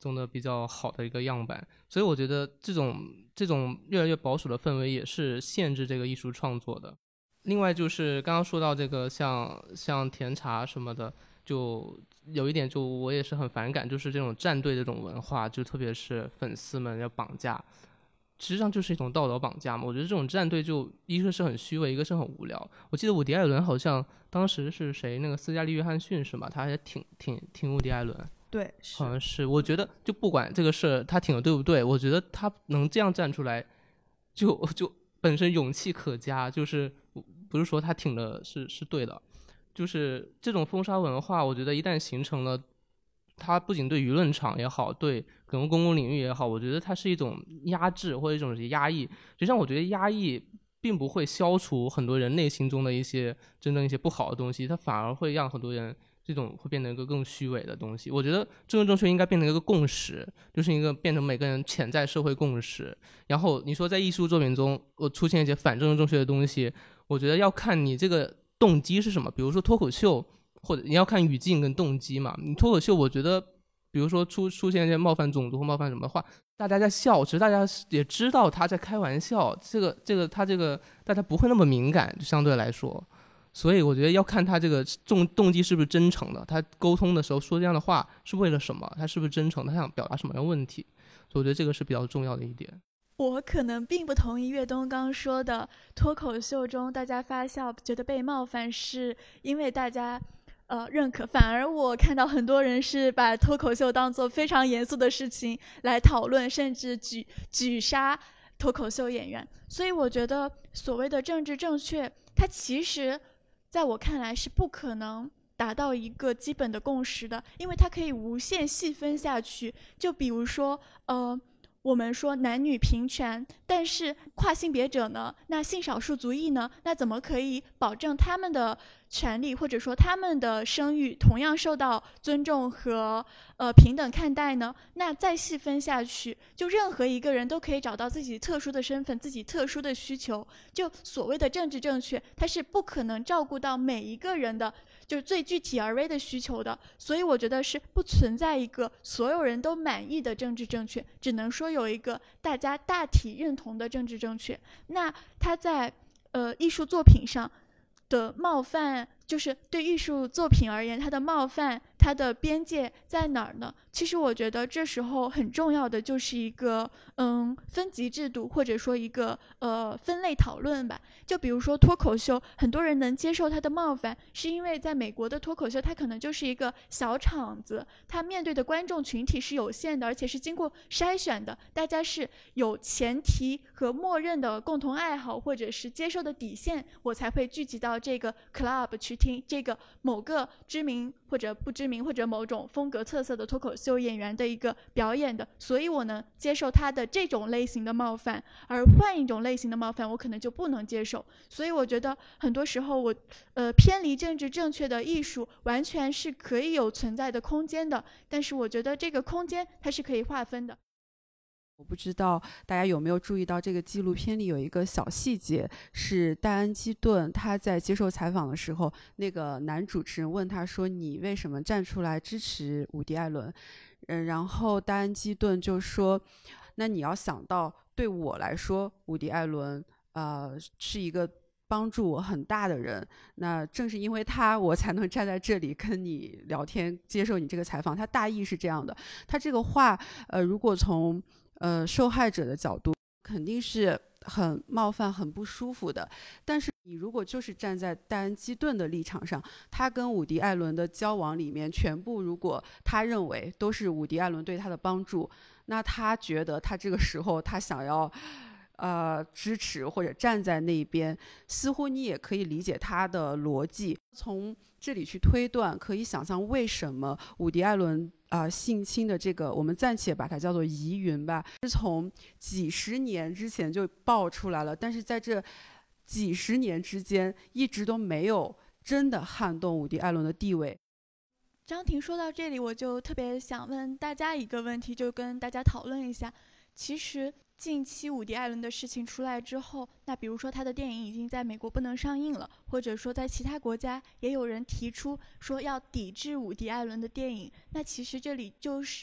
中的比较好的一个样板。所以我觉得这种这种越来越保守的氛围也是限制这个艺术创作的。另外就是刚刚说到这个像像甜茶什么的，就有一点就我也是很反感，就是这种站队这种文化，就特别是粉丝们要绑架，实际上就是一种道德绑架嘛。我觉得这种站队就一个是很虚伪，一个是很无聊。我记得伍迪·艾伦好像当时是谁，那个斯嘉丽·约翰逊是吗？他还挺挺挺伍迪·艾伦， 对， 好像是。我觉得就不管这个事他挺的对不对，我觉得他能这样站出来，就就本身勇气可嘉，就是不是说他挺的是是对的。就是这种封杀文化，我觉得一旦形成了，它不仅对舆论场也好，对可能公共领域也好，我觉得它是一种压制或者一种压抑。实际上我觉得压抑并不会消除很多人内心中的一些真正一些不好的东西，它反而会让很多人这种会变成一个更虚伪的东西。我觉得政治正确应该变成一个共识，就是一个变成每个人潜在社会共识。然后你说在艺术作品中我出现一些反政治正确的东西，我觉得要看你这个动机是什么。比如说脱口秀，或者你要看语境跟动机嘛。你脱口秀我觉得比如说出出现一些冒犯种族或冒犯什么的话，大家在笑，其实大家也知道他在开玩笑，这个这个他这个大家不会那么敏感，就相对来说。所以我觉得要看他这个动动机是不是真诚的，他沟通的时候说这样的话是为了什么，他是不是真诚，他想表达什么样的问题。所以我觉得这个是比较重要的一点。 我可能并不同意岳东刚说的脱口秀中大家发笑觉得被冒犯是因为大家呃认可，反而我看到很多人是把脱口秀当作非常严肃的事情来讨论，甚至举举杀脱口秀演员。所以我觉得所谓的政治正确，它其实在我看来是不可能达到一个基本的共识的，因为它可以无限细分下去。就比如说呃我们说男女平权，但是跨性别者呢，那性少数族裔呢，那怎么可以保证他们的权利，或者说他们的声誉同样受到尊重和呃平等看待呢？那再细分下去，就任何一个人都可以找到自己特殊的身份，自己特殊的需求。就所谓的政治正确，它是不可能照顾到每一个人的就是最具体而微的需求的。所以我觉得是不存在一个所有人都满意的政治正确，只能说有一个大家大体认同的政治正确。那它在呃艺术作品上的冒犯，就是对艺术作品而言，它的冒犯，它的边界在哪儿呢？其实我觉得这时候很重要的就是一个嗯分级制度，或者说一个呃分类讨论吧。就比如说脱口秀，很多人能接受它的冒犯，是因为在美国的脱口秀，它可能就是一个小场子，它面对的观众群体是有限的，而且是经过筛选的，大家是有前提和默认的共同爱好或者是接受的底线，我才会聚集到这个 club 去听这个某个知名或者不知名或者某种风格特色的脱口秀演员的一个表演的，所以我能接受他的这种类型的冒犯，而换一种类型的冒犯我可能就不能接受。所以我觉得很多时候我呃偏离政治正确的艺术完全是可以有存在的空间的，但是我觉得这个空间它是可以划分的。 我不知道大家有没有注意到这个纪录片里有一个小细节，是戴恩基顿他在接受采访的时候，那个男主持人问他说你为什么站出来支持伍迪·艾伦，嗯，然后戴恩基顿就说那你要想到对我来说伍迪·艾伦呃是一个帮助我很大的人，那正是因为他我才能站在这里跟你聊天接受你这个采访。他大意是这样的，他这个话呃如果从呃，受害者的角度肯定是很冒犯很不舒服的，但是你如果就是站在戴恩基顿的立场上，他跟伍迪·艾伦的交往里面全部如果他认为都是伍迪·艾伦对他的帮助，那他觉得他这个时候他想要呃支持或者站在那边，似乎你也可以理解他的逻辑，从这里去推断可以想象为什么伍迪·艾伦啊、呃，性侵的这个我们暂且把它叫做疑云吧，是从几十年之前就爆出来了，但是在这几十年之间一直都没有真的撼动伍迪·艾伦的地位。 张婷说到这里，我就特别想问大家一个问题，就跟大家讨论一下。其实近期伍迪·艾伦的事情出来之后，那比如说他的电影已经在美国不能上映了，或者说在其他国家也有人提出说要抵制伍迪·艾伦的电影，那其实这里就是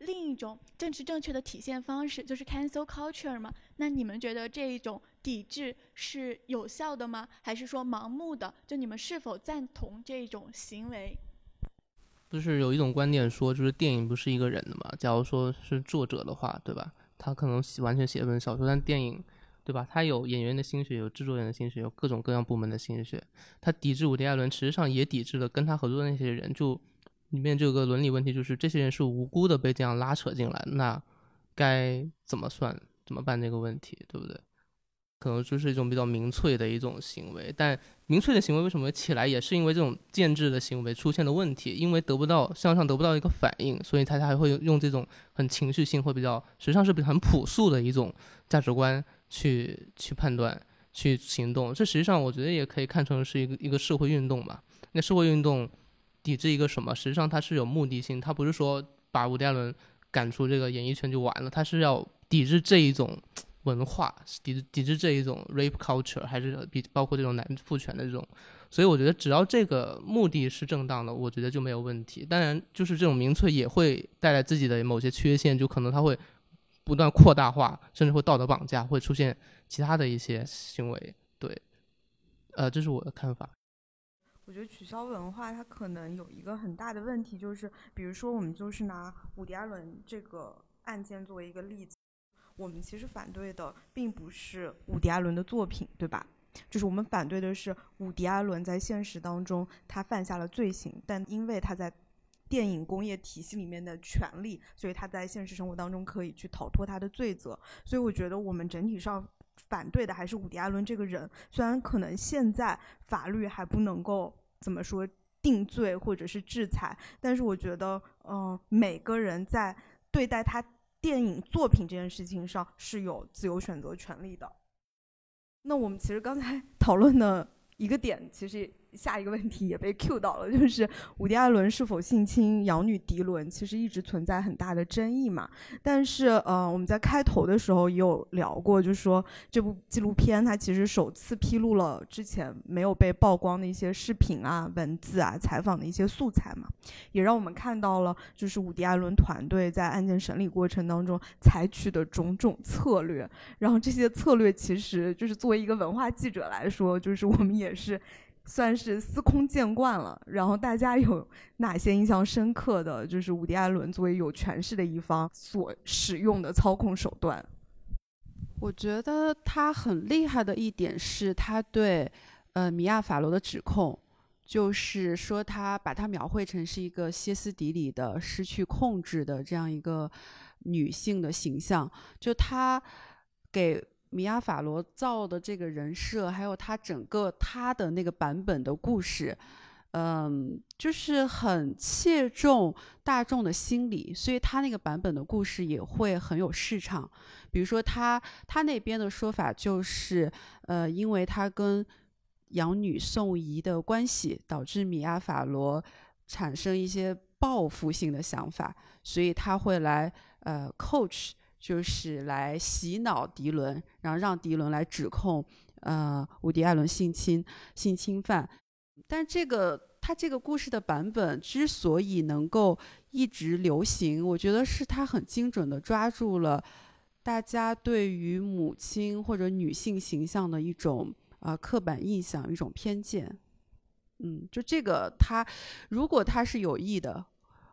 另一种政治正确的体现方式，就是 cancel culture 嘛。那你们觉得这一种抵制是有效的吗？还是说盲目的？就你们是否赞同这种行为？ 不是有一种观点说，就是电影不是一个人的嘛？假如说是作者的话，对吧？他可能完全写一本小说，但电影，对吧？他有演员的心血，有制作人的心血，有各种各样部门的心血。他抵制伍迪·艾伦，实际上也抵制了跟他合作的那些人。就里面就有个伦理问题，就是这些人是无辜的被这样拉扯进来，那该怎么算怎么办这个问题，对不对？可能就是一种比较民粹的一种行为，但民粹的行为为什么会起来，也是因为这种建制的行为出现了问题，因为得不到向上得不到一个反应，所以他才会用这种很情绪性，会比较实际上是很朴素的一种价值观去去判断去行动。这实际上我觉得也可以看成是一个一个社会运动嘛。那社会运动抵制一个什么，实际上它是有目的性，它不是说把伍迪·艾伦赶出这个演艺圈就完了，它是要抵制这一种文化，抵制抵制这一种 rape culture， 还是比包括这种男父权的这种。所以我觉得只要这个目的是正当的，我觉得就没有问题。当然就是这种民粹也会带来自己的某些缺陷，就可能它会不断扩大化，甚至会道德绑架，会出现其他的一些行为。对，呃，这是我的看法。 我觉得取消文化它可能有一个很大的问题，就是比如说我们就是拿伍迪·艾伦这个案件作为一个例子，我们其实反对的并不是伍迪·艾伦的作品，对吧？就是我们反对的是伍迪·艾伦在现实当中他犯下了罪行，但因为他在电影工业体系里面的权利，所以他在现实生活当中可以去逃脱他的罪责。所以我觉得我们整体上反对的还是伍迪·艾伦这个人，虽然可能现在法律还不能够怎么说定罪或者是制裁，但是我觉得嗯、呃，每个人在对待他电影作品这件事情上是有自由选择权利的。那我们其实刚才讨论的一个点，其实下一个问题也被 Q 到了，就是伍迪·艾伦是否性侵养女迪伦，其实一直存在很大的争议嘛。但是呃，我们在开头的时候也有聊过，就是说这部纪录片它其实首次披露了之前没有被曝光的一些视频啊、文字啊、采访的一些素材嘛，也让我们看到了就是伍迪·艾伦团队在案件审理过程当中采取的种种策略。然后这些策略其实就是作为一个文化记者来说，就是我们也是算是司空见惯了。然后大家有哪些印象深刻的就是伍迪·艾伦作为有权势的一方所使用的操控手段？ 我觉得他很厉害的一点是他对呃米娅·法罗的指控，就是说他把她描绘成是一个歇斯底里的失去控制的这样一个女性的形象。就他给米娅·法罗造的这个人设，还有他整个他的那个版本的故事，嗯，就是很切中大众的心理，所以他那个版本的故事也会很有市场。比如说他他那边的说法就是，呃，因为他跟养女宋怡的关系，导致米娅·法罗产生一些报复性的想法，所以他会来呃 coach。就是来洗脑迪伦，然后让迪伦来指控呃伍迪·艾伦性侵性侵犯。但这个他这个故事的版本之所以能够一直流行，我觉得是他很精准地抓住了大家对于母亲或者女性形象的一种呃刻板印象，一种偏见。嗯，就这个他如果他是有意的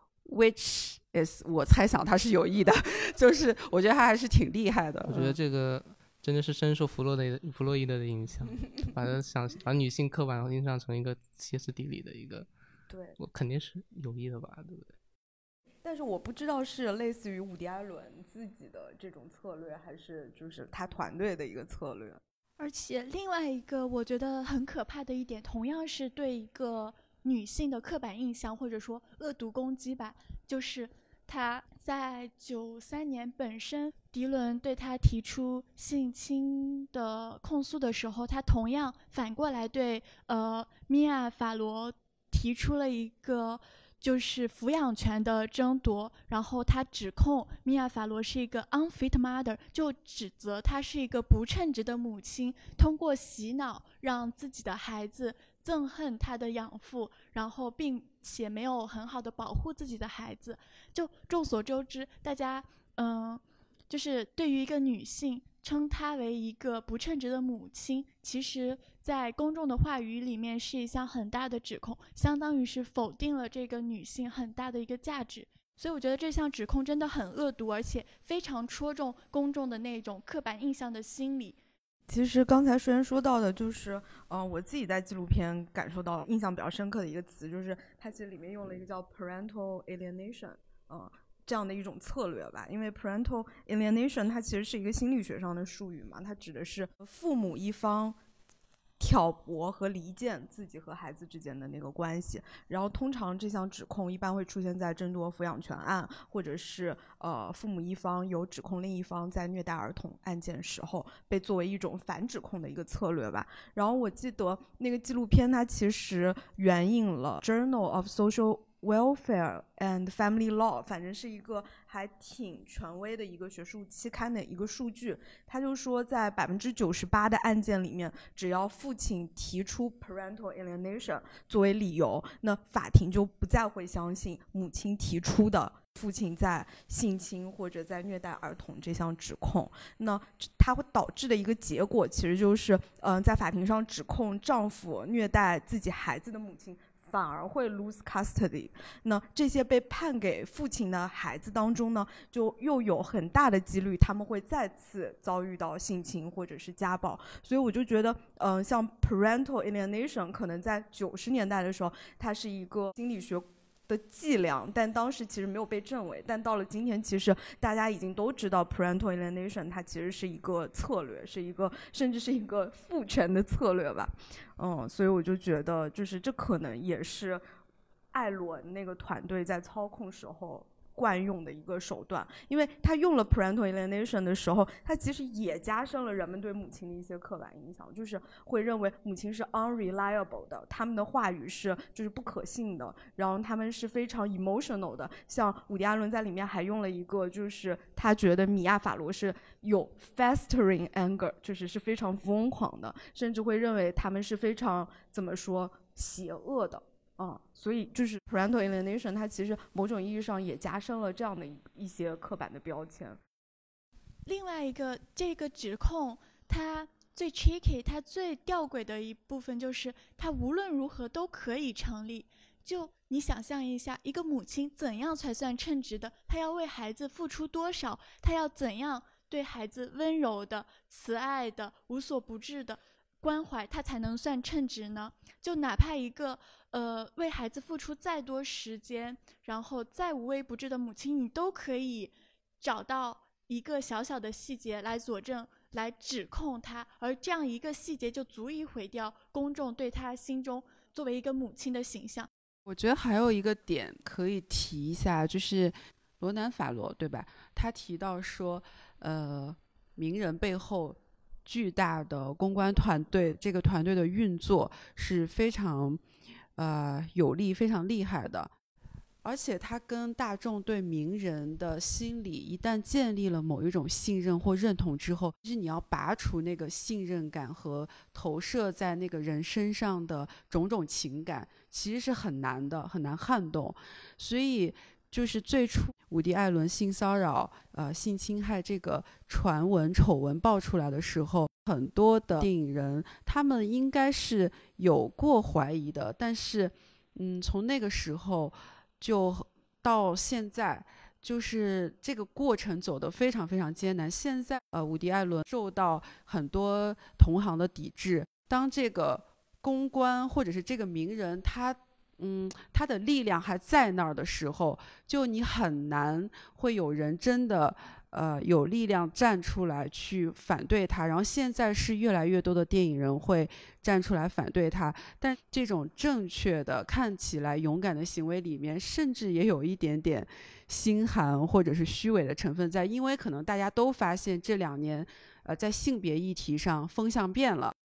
，which is 我猜想他是有意的，就是我觉得他还是挺厉害的。 我觉得这个真的是深受弗洛的弗洛伊德的影响，把他想把女性刻板印象成一个歇斯底里的一个， 对， 我肯定是有意的吧，对不对？ 但是我不知道是类似于伍迪·艾伦自己的这种策略，还是就是他团队的一个策略。 而且另外一个我觉得很可怕的一点，同样是对一个女性的刻板印象或者说恶毒攻击吧，就是他在九三年本身迪伦对他提出性侵的控诉的时候，他同样反过来对呃米娅·法罗提出了一个就是抚养权的争夺，然后他指控米娅·法罗是一个 unfit mother， 就指责她是一个不称职的母亲，通过洗脑让自己的孩子憎恨他的养父，然后并且没有很好的保护自己的孩子。就众所周知，大家嗯、呃，就是对于一个女性称她为一个不称职的母亲，其实在公众的话语里面是一项很大的指控，相当于是否定了这个女性很大的一个价值。所以我觉得这项指控真的很恶毒，而且非常戳中公众的那种刻板印象的心理。 其实刚才舒言说到的就是，嗯、呃，我自己在纪录片感受到印象比较深刻的一个词，就是它其实里面用了一个叫 parental alienation， 嗯、呃，这样的一种策略吧。因为 parental alienation 它其实是一个心理学上的术语嘛，它指的是父母一方挑拨和离间自己和孩子之间的那个关系，然后通常这项指控一般会出现在争夺抚养权案，或者是呃父母一方有指控另一方在虐待儿童案件时候被作为一种反指控的一个策略吧。然后我记得那个纪录片它其实援引了 Journal of Social Welfare and Family Law， 反正是一个还挺权威的一个学术期刊的一个数据。他就说在百分之九十八的案件里面，只要父亲提出 parental alienation 作为理由，那法庭就不再会相信母亲提出的父亲在性侵或者在虐待儿童这项指控。那它会导致的一个结果其实就是嗯、呃，在法庭上指控丈夫虐待自己孩子的母亲反而会 lose custody。 那这些被判给父亲的孩子当中呢，就又有很大的几率他们会再次遭遇到性侵或者是家暴。所以我就觉得嗯、呃，像 parental alienation 可能在九十年代的时候它是一个心理学的伎俩，但当时其实没有被证伪。但到了今天，其实大家已经都知道 parental alienation 它其实是一个策略，是一个甚至是一个父权的策略吧。嗯，所以我就觉得，就是这可能也是艾伦那个团队在操控时候惯用的一个手段。因为他用了 parental alienation 的时候，他其实也加深了人们对母亲的一些刻板印象，就是会认为母亲是 unreliable 的，他们的话语是就是不可信的，然后他们是非常 emotional 的。像伍迪·艾伦在里面还用了一个，就是他觉得米娅·法罗是有 festering anger， 就是是非常疯狂的，甚至会认为他们是非常怎么说邪恶的。嗯，所以就是 parental alienation 它其实某种意义上也加深了这样的一些刻板的标签。 另外一个这个指控它最 tricky 它最吊诡的一部分就是它无论如何都可以成立。就你想象一下，一个母亲怎样才算称职的，她要为孩子付出多少，她要怎样对孩子温柔的、慈爱的、无所不至的关怀，他才能算称职呢？就哪怕一个呃为孩子付出再多时间，然后再无微不至的母亲，你都可以找到一个小小的细节来佐证、来指控他，而这样一个细节就足以毁掉公众对他心中作为一个母亲的形象。 我觉得还有一个点可以提一下，就是罗南·法罗，对吧？他提到说，呃，名人背后巨大的公关团队，这个团队的运作是非常呃有力、非常厉害的。而且他跟大众对名人的心理一旦建立了某一种信任或认同之后，其实你要拔除那个信任感和投射在那个人身上的种种情感，其实是很难的，很难撼动。所以就是最初伍迪·艾伦性骚扰、呃性侵害这个传闻丑闻爆出来的时候，很多的电影人他们应该是有过怀疑的，但是嗯，从那个时候就到现在，就是这个过程走得非常非常艰难。现在呃，伍迪·艾伦受到很多同行的抵制，当这个公关或者是这个名人他嗯，他的力量还在那儿的时候，就你很难会有人真的呃有力量站出来去反对他。然后现在是越来越多的电影人会站出来反对他，但这种正确的看起来勇敢的行为里面，甚至也有一点点心寒或者是虚伪的成分在，因为可能大家都发现这两年呃在性别议题上风向变了。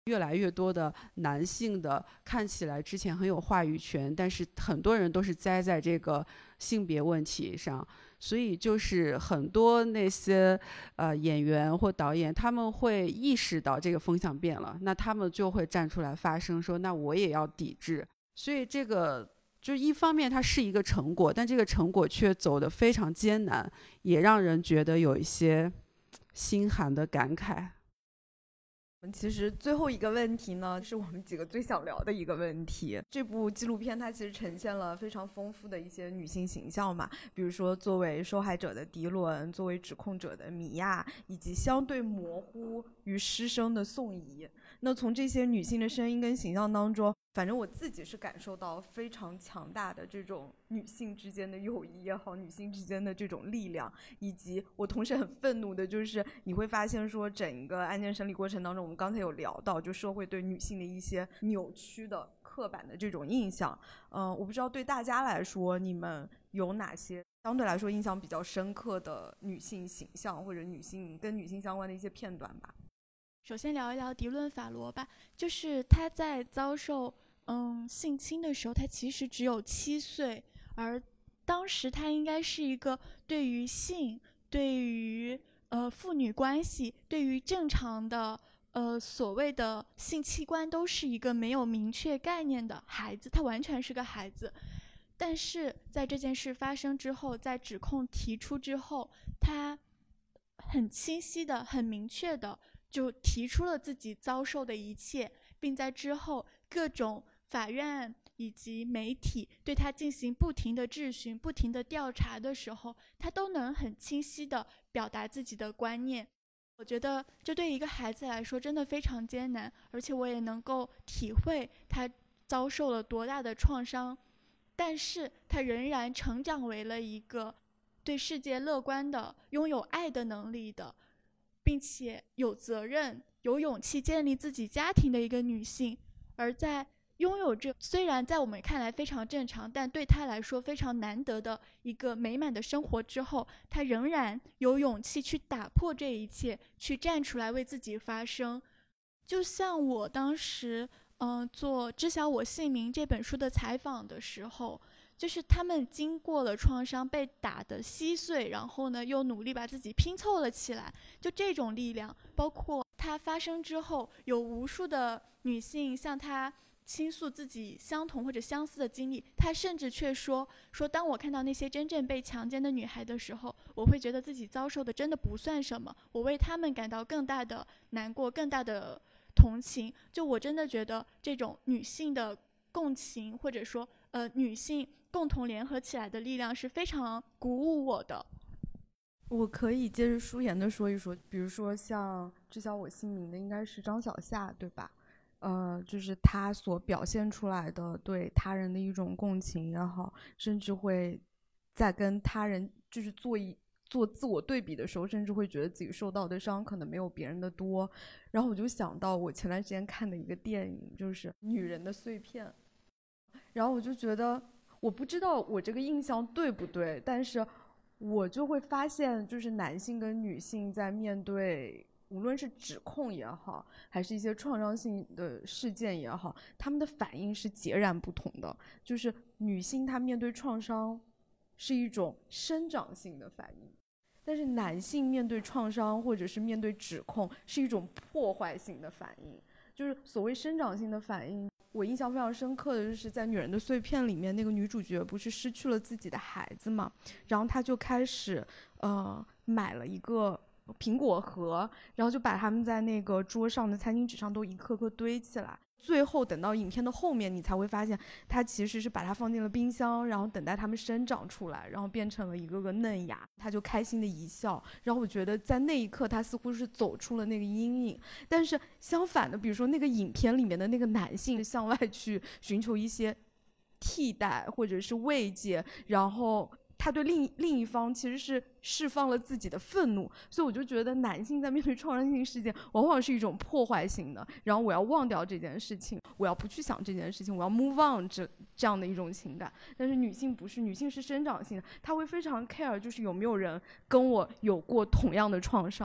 越来越多的男性的看起来之前很有话语权，但是很多人都是栽在这个性别问题上，所以就是很多那些呃演员或导演，他们会意识到这个风向变了，那他们就会站出来发声说那我也要抵制。所以这个就一方面它是一个成果，但这个成果却走得非常艰难，也让人觉得有一些心寒的感慨。 其实最后一个问题呢，是我们几个最想聊的一个问题。这部纪录片它其实呈现了非常丰富的一些女性形象嘛，比如说作为受害者的迪伦，作为指控者的米娅，以及相对模糊与失声的宋怡。那从这些女性的声音跟形象当中，反正我自己是感受到非常强大的这种女性之间的友谊也好，女性之间的这种力量，以及我同时很愤怒的就是你会发现说整个案件审理过程当中，我们刚才有聊到就社会对女性的一些扭曲的刻板的这种印象。嗯、呃，我不知道对大家来说你们有哪些相对来说印象比较深刻的女性形象，或者女性跟女性相关的一些片段吧。 首先聊一聊迪伦·法罗吧，就是他在遭受嗯性侵的时候，他其实只有七岁，而当时他应该是一个对于性、对于呃父女关系、对于正常的呃所谓的性器官都是一个没有明确概念的孩子，他完全是个孩子。但是在这件事发生之后，在指控提出之后，他很清晰的、很明确的就提出了自己遭受的一切，并在之后各种法院以及媒体对他进行不停的质询、不停的调查的时候，他都能很清晰的表达自己的观念。我觉得这对一个孩子来说真的非常艰难，而且我也能够体会他遭受了多大的创伤，但是他仍然成长为了一个对世界乐观的、拥有爱的能力的，并且有责任、有勇气建立自己家庭的一个女性。而在拥有这虽然在我们看来非常正常，但对她来说非常难得的一个美满的生活之后，她仍然有勇气去打破这一切，去站出来为自己发声。就像我当时嗯、呃、做《知晓我姓名》这本书的采访的时候，就是他们经过了创伤，被打得稀碎，然后呢又努力把自己拼凑了起来，就这种力量。包括它发生之后，有无数的女性向他倾诉自己相同或者相似的经历，他甚至却说说当我看到那些真正被强奸的女孩的时候，我会觉得自己遭受的真的不算什么，我为她们感到更大的难过，更大的同情。就我真的觉得这种女性的共情，或者说呃女性共同联合起来的力量是非常鼓舞我的。 我可以接着舒言的说一说，比如说像知晓我姓名的应该是张小夏，对吧？呃，就是他所表现出来的对他人的一种共情也好，甚至会在跟他人就是做一做自我对比的时候，甚至会觉得自己受到的伤可能没有别人的多。然后我就想到我前段时间看的一个电影，就是《女人的碎片》，然后我就觉得，我不知道我这个印象对不对，但是我就会发现，就是男性跟女性在面对无论是指控也好，还是一些创伤性的事件也好，他们的反应是截然不同的。就是女性她面对创伤是一种生长性的反应，但是男性面对创伤或者是面对指控是一种破坏性的反应。就是所谓生长性的反应，我印象非常深刻的就是在《女人的碎片》里面，那个女主角不是失去了自己的孩子嘛，然后她就开始呃买了一个苹果核，然后就把它们在那个桌上的餐巾纸上都一颗颗堆起来。最后等到影片的后面，你才会发现它其实是把它放进了冰箱，然后等待它们生长出来，然后变成了一个个嫩芽。他就开心的一笑，然后我觉得在那一刻他似乎是走出了那个阴影。但是相反的，比如说那个影片里面的那个男性向外去寻求一些替代或者是慰藉，然后他对另另一方其实是释放了自己的愤怒。所以我就觉得男性在面对创伤性事件往往是一种破坏性的，然后我要忘掉这件事情，我要不去想这件事情，我要 move on 这这样的一种情感。但是女性不是，女性是生长性的，她会非常 care 就是有没有人跟我有过同样的创伤。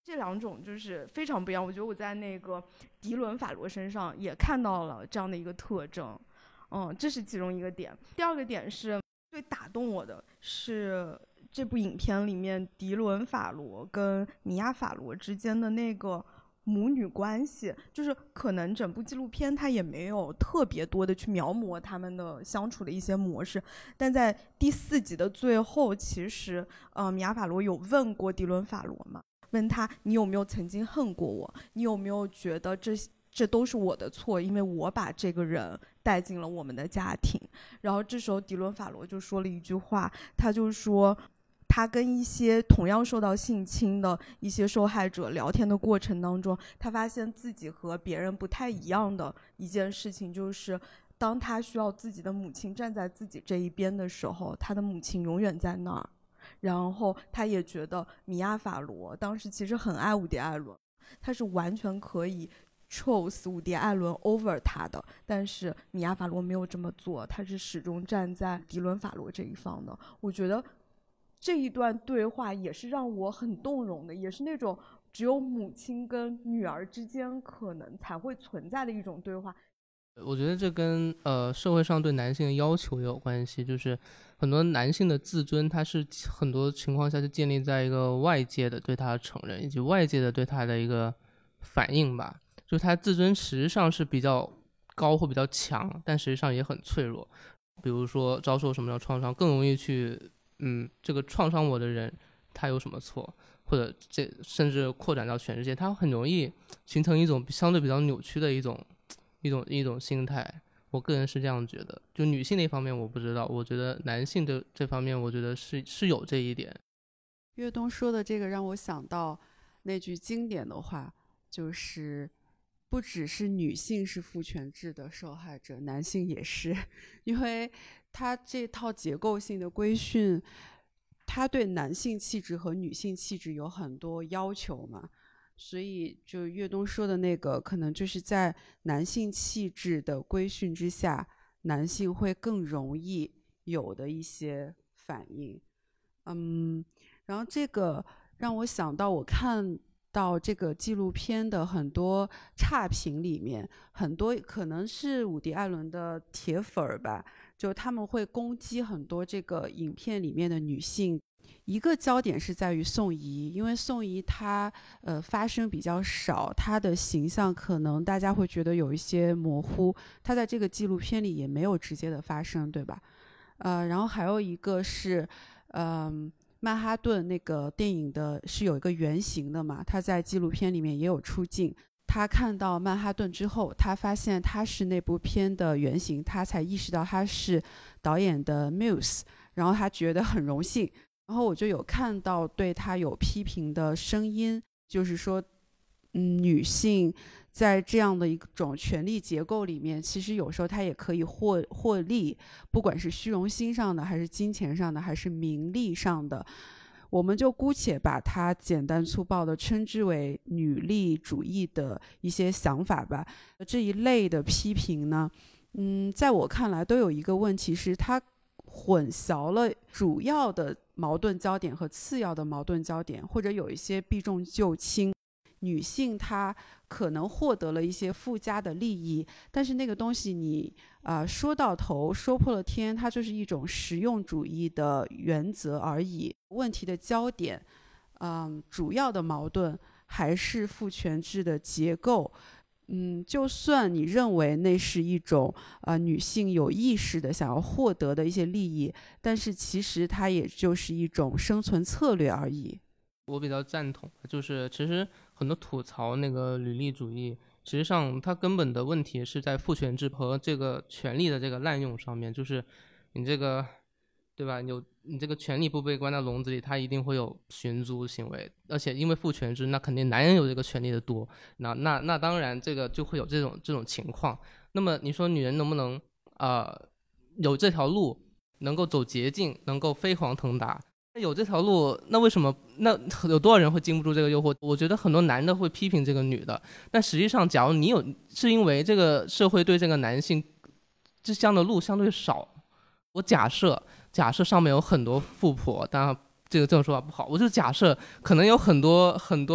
这两种就是非常不一样。我觉得我在那个迪伦·法罗身上也看到了这样的一个特征，嗯，这是其中一个点。第二个点是最打动我的是这部影片里面迪伦·法罗跟米娅·法罗之间的那个母女关系，就是可能整部纪录片它也没有特别多的去描摹他们的相处的一些模式，但在第四集的最后，其实呃，米娅·法罗有问过迪伦·法罗嘛，问他你有没有曾经恨过我，你有没有觉得这这都是我的错，因为我把这个人带进了我们的家庭。然后这时候迪伦·法罗就说了一句话，他就说他跟一些同样受到性侵的一些受害者聊天的过程当中，他发现自己和别人不太一样的一件事情，就是当他需要自己的母亲站在自己这一边的时候，他的母亲永远在那儿。然后他也觉得米娅·法罗当时其实很爱伍迪·艾伦，他是完全可以 chose 伍迪·艾伦 over 他的，但是米娅·法罗没有这么做，他是始终站在迪伦·法罗这一方的。我觉得这一段对话也是让我很动容的，也是那种只有母亲跟女儿之间可能才会存在的一种对话。 我觉得这跟呃社会上对男性的要求也有关系，就是很多男性的自尊，他是很多情况下是建立在一个外界的对他的承认以及外界的对他的一个反应吧。就他自尊实际上是比较高或比较强，但实际上也很脆弱。比如说遭受什么样的创伤，更容易去嗯这个创伤我的人他有什么错，或者这甚至扩展到全世界，他很容易形成一种相对比较扭曲的一种。一种一种心态，我个人是这样觉得。就女性那方面我不知道，我觉得男性的这方面，我觉得是是有这一点。 岳东说的这个让我想到那句经典的话，就是不只是女性是父权制的受害者，男性也是，因为他这套结构性的规训，他对男性气质和女性气质有很多要求嘛。所以就岳东说的那个，可能就是在男性气质的规训之下，男性会更容易有的一些反应。嗯，然后这个让我想到，我看到这个纪录片的很多差评里面，很多可能是伍迪·艾伦的铁粉儿吧，就他们会攻击很多这个影片里面的女性。一个焦点是在于宋怡，因为宋怡她呃发声比较少，她的形象可能大家会觉得有一些模糊，她在这个纪录片里也没有直接的发声，对吧？呃，然后还有一个是，嗯、呃，曼哈顿那个电影的是有一个原型的嘛，他在纪录片里面也有出镜。他看到曼哈顿之后，他发现他是那部片的原型，他才意识到他是导演的 muse， 然后他觉得很荣幸。然后我就有看到对他有批评的声音，就是说，嗯，女性在这样的一种权力结构里面，其实有时候她也可以获获利，不管是虚荣心上的，还是金钱上的，还是名利上的，我们就姑且把它简单粗暴的称之为女力主义的一些想法吧。这一类的批评呢，嗯，在我看来都有一个问题是，它混淆了主要的矛盾焦点和次要的矛盾焦点，或者有一些避重就轻。女性她可能获得了一些附加的利益，但是那个东西你啊、呃、说到头说破了天，它就是一种实用主义的原则而已。问题的焦点，嗯，主要的矛盾还是父权制的结构。嗯，就算你认为那是一种呃女性有意识的想要获得的一些利益，但是其实它也就是一种生存策略而已。 我比较赞同，就是其实很多吐槽那个履历主义，实际上它根本的问题是在父权制和这个权力的这个滥用上面，就是你这个对吧，有你这个权力不被关在笼子里，它一定会有寻租行为，而且因为父权制，那肯定男人有这个权利的多，那那那当然这个就会有这种这种情况。那么你说女人能不能呃有这条路，能够走捷径，能够飞黄腾达？有这条路，那为什么那有多少人会经不住这个诱惑？我觉得很多男的会批评这个女的，但实际上假如你有，是因为这个社会对这个男性这样的路相对少。我假设假设上面有很多富婆，当然这个这种说法不好，我就假设可能有很多很多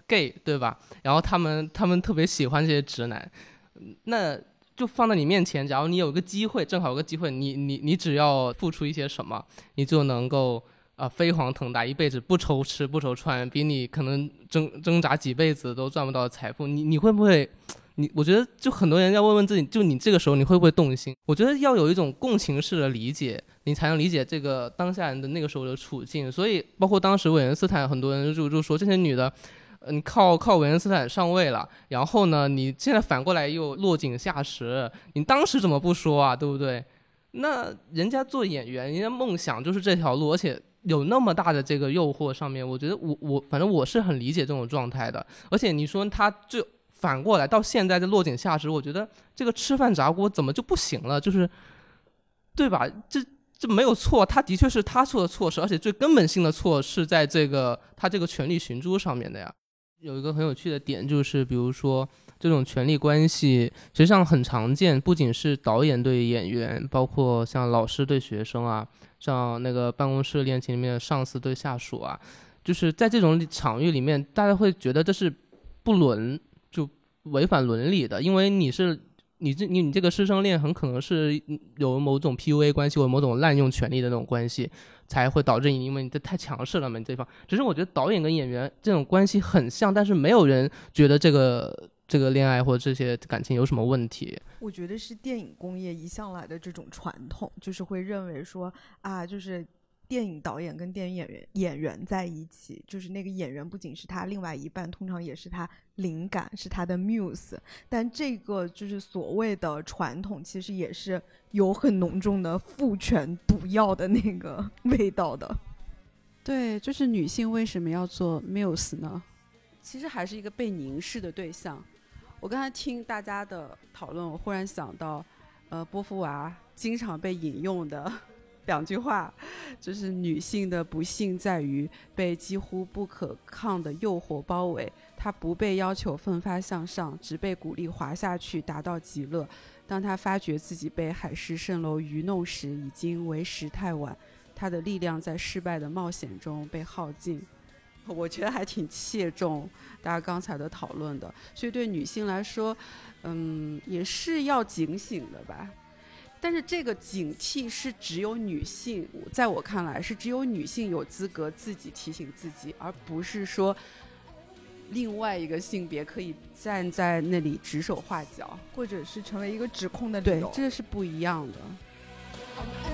gay 对吧？然后他们他们特别喜欢这些直男，那就放在你面前，假如你有个机会，正好有个机会，你你你只要付出一些什么，你就能够啊、呃、飞黄腾达，一辈子不愁吃不愁穿，比你可能挣挣扎几辈子都赚不到的财富，你你会不会？你我觉得就很多人要问问自己，就你这个时候你会不会动心？我觉得要有一种共情式的理解，你才能理解这个当下人的那个时候的处境。所以包括当时韦恩斯坦，很多人就就说这些女的，你靠靠韦恩斯坦上位了，然后呢，你现在反过来又落井下石，你当时怎么不说啊？对不对？那人家做演员，人家梦想就是这条路，而且有那么大的这个诱惑上面，我觉得我我反正我是很理解这种状态的。而且你说他就反过来到现在的落井下石，我觉得这个吃饭砸锅怎么就不行了？就是对吧？这这没有错，他的确是他错的错事，而且最根本性的错是在这个他这个权力寻租上面的呀。有一个很有趣的点就是，比如说这种权力关系实际上很常见，不仅是导演对演员，包括像老师对学生啊，像那个办公室恋情里面的上司对下属啊，就是在这种场域里面，大家会觉得这是不伦，就违反伦理的，因为你是你这你你这个师生恋很可能是有某种 P U A 关系，或某种滥用权力的那种关系，才会导致你，因为你这太强势了嘛，你这方。只是我觉得导演跟演员这种关系很像，但是没有人觉得这个这个恋爱或者这些感情有什么问题。 我觉得是电影工业一向来的这种传统，就是会认为说啊，就是电影导演跟电影演员演员在一起，就是那个演员不仅是他另外一半，通常也是他灵感，是他的 muse。但这个就是所谓的传统，其实也是有很浓重的父权毒药的那个味道的。 对，就是女性为什么要做 muse 呢？其实还是一个被凝视的对象。我刚才听大家的讨论，我忽然想到，呃，波伏娃经常被引用的两句话，就是女性的不幸在于被几乎不可抗的诱惑包围，她不被要求奋发向上，只被鼓励滑下去达到极乐。当她发觉自己被海市蜃楼愚弄时，已经为时太晚，她的力量在失败的冒险中被耗尽。我觉得还挺切中大家刚才的讨论的，所以对女性来说，嗯，也是要警醒的吧。但是这个警惕是只有女性，在我看来是只有女性有资格自己提醒自己，而不是说另外一个性别可以站在那里指手画脚， 或者是成为一个指控的理由。 对，这是不一样的。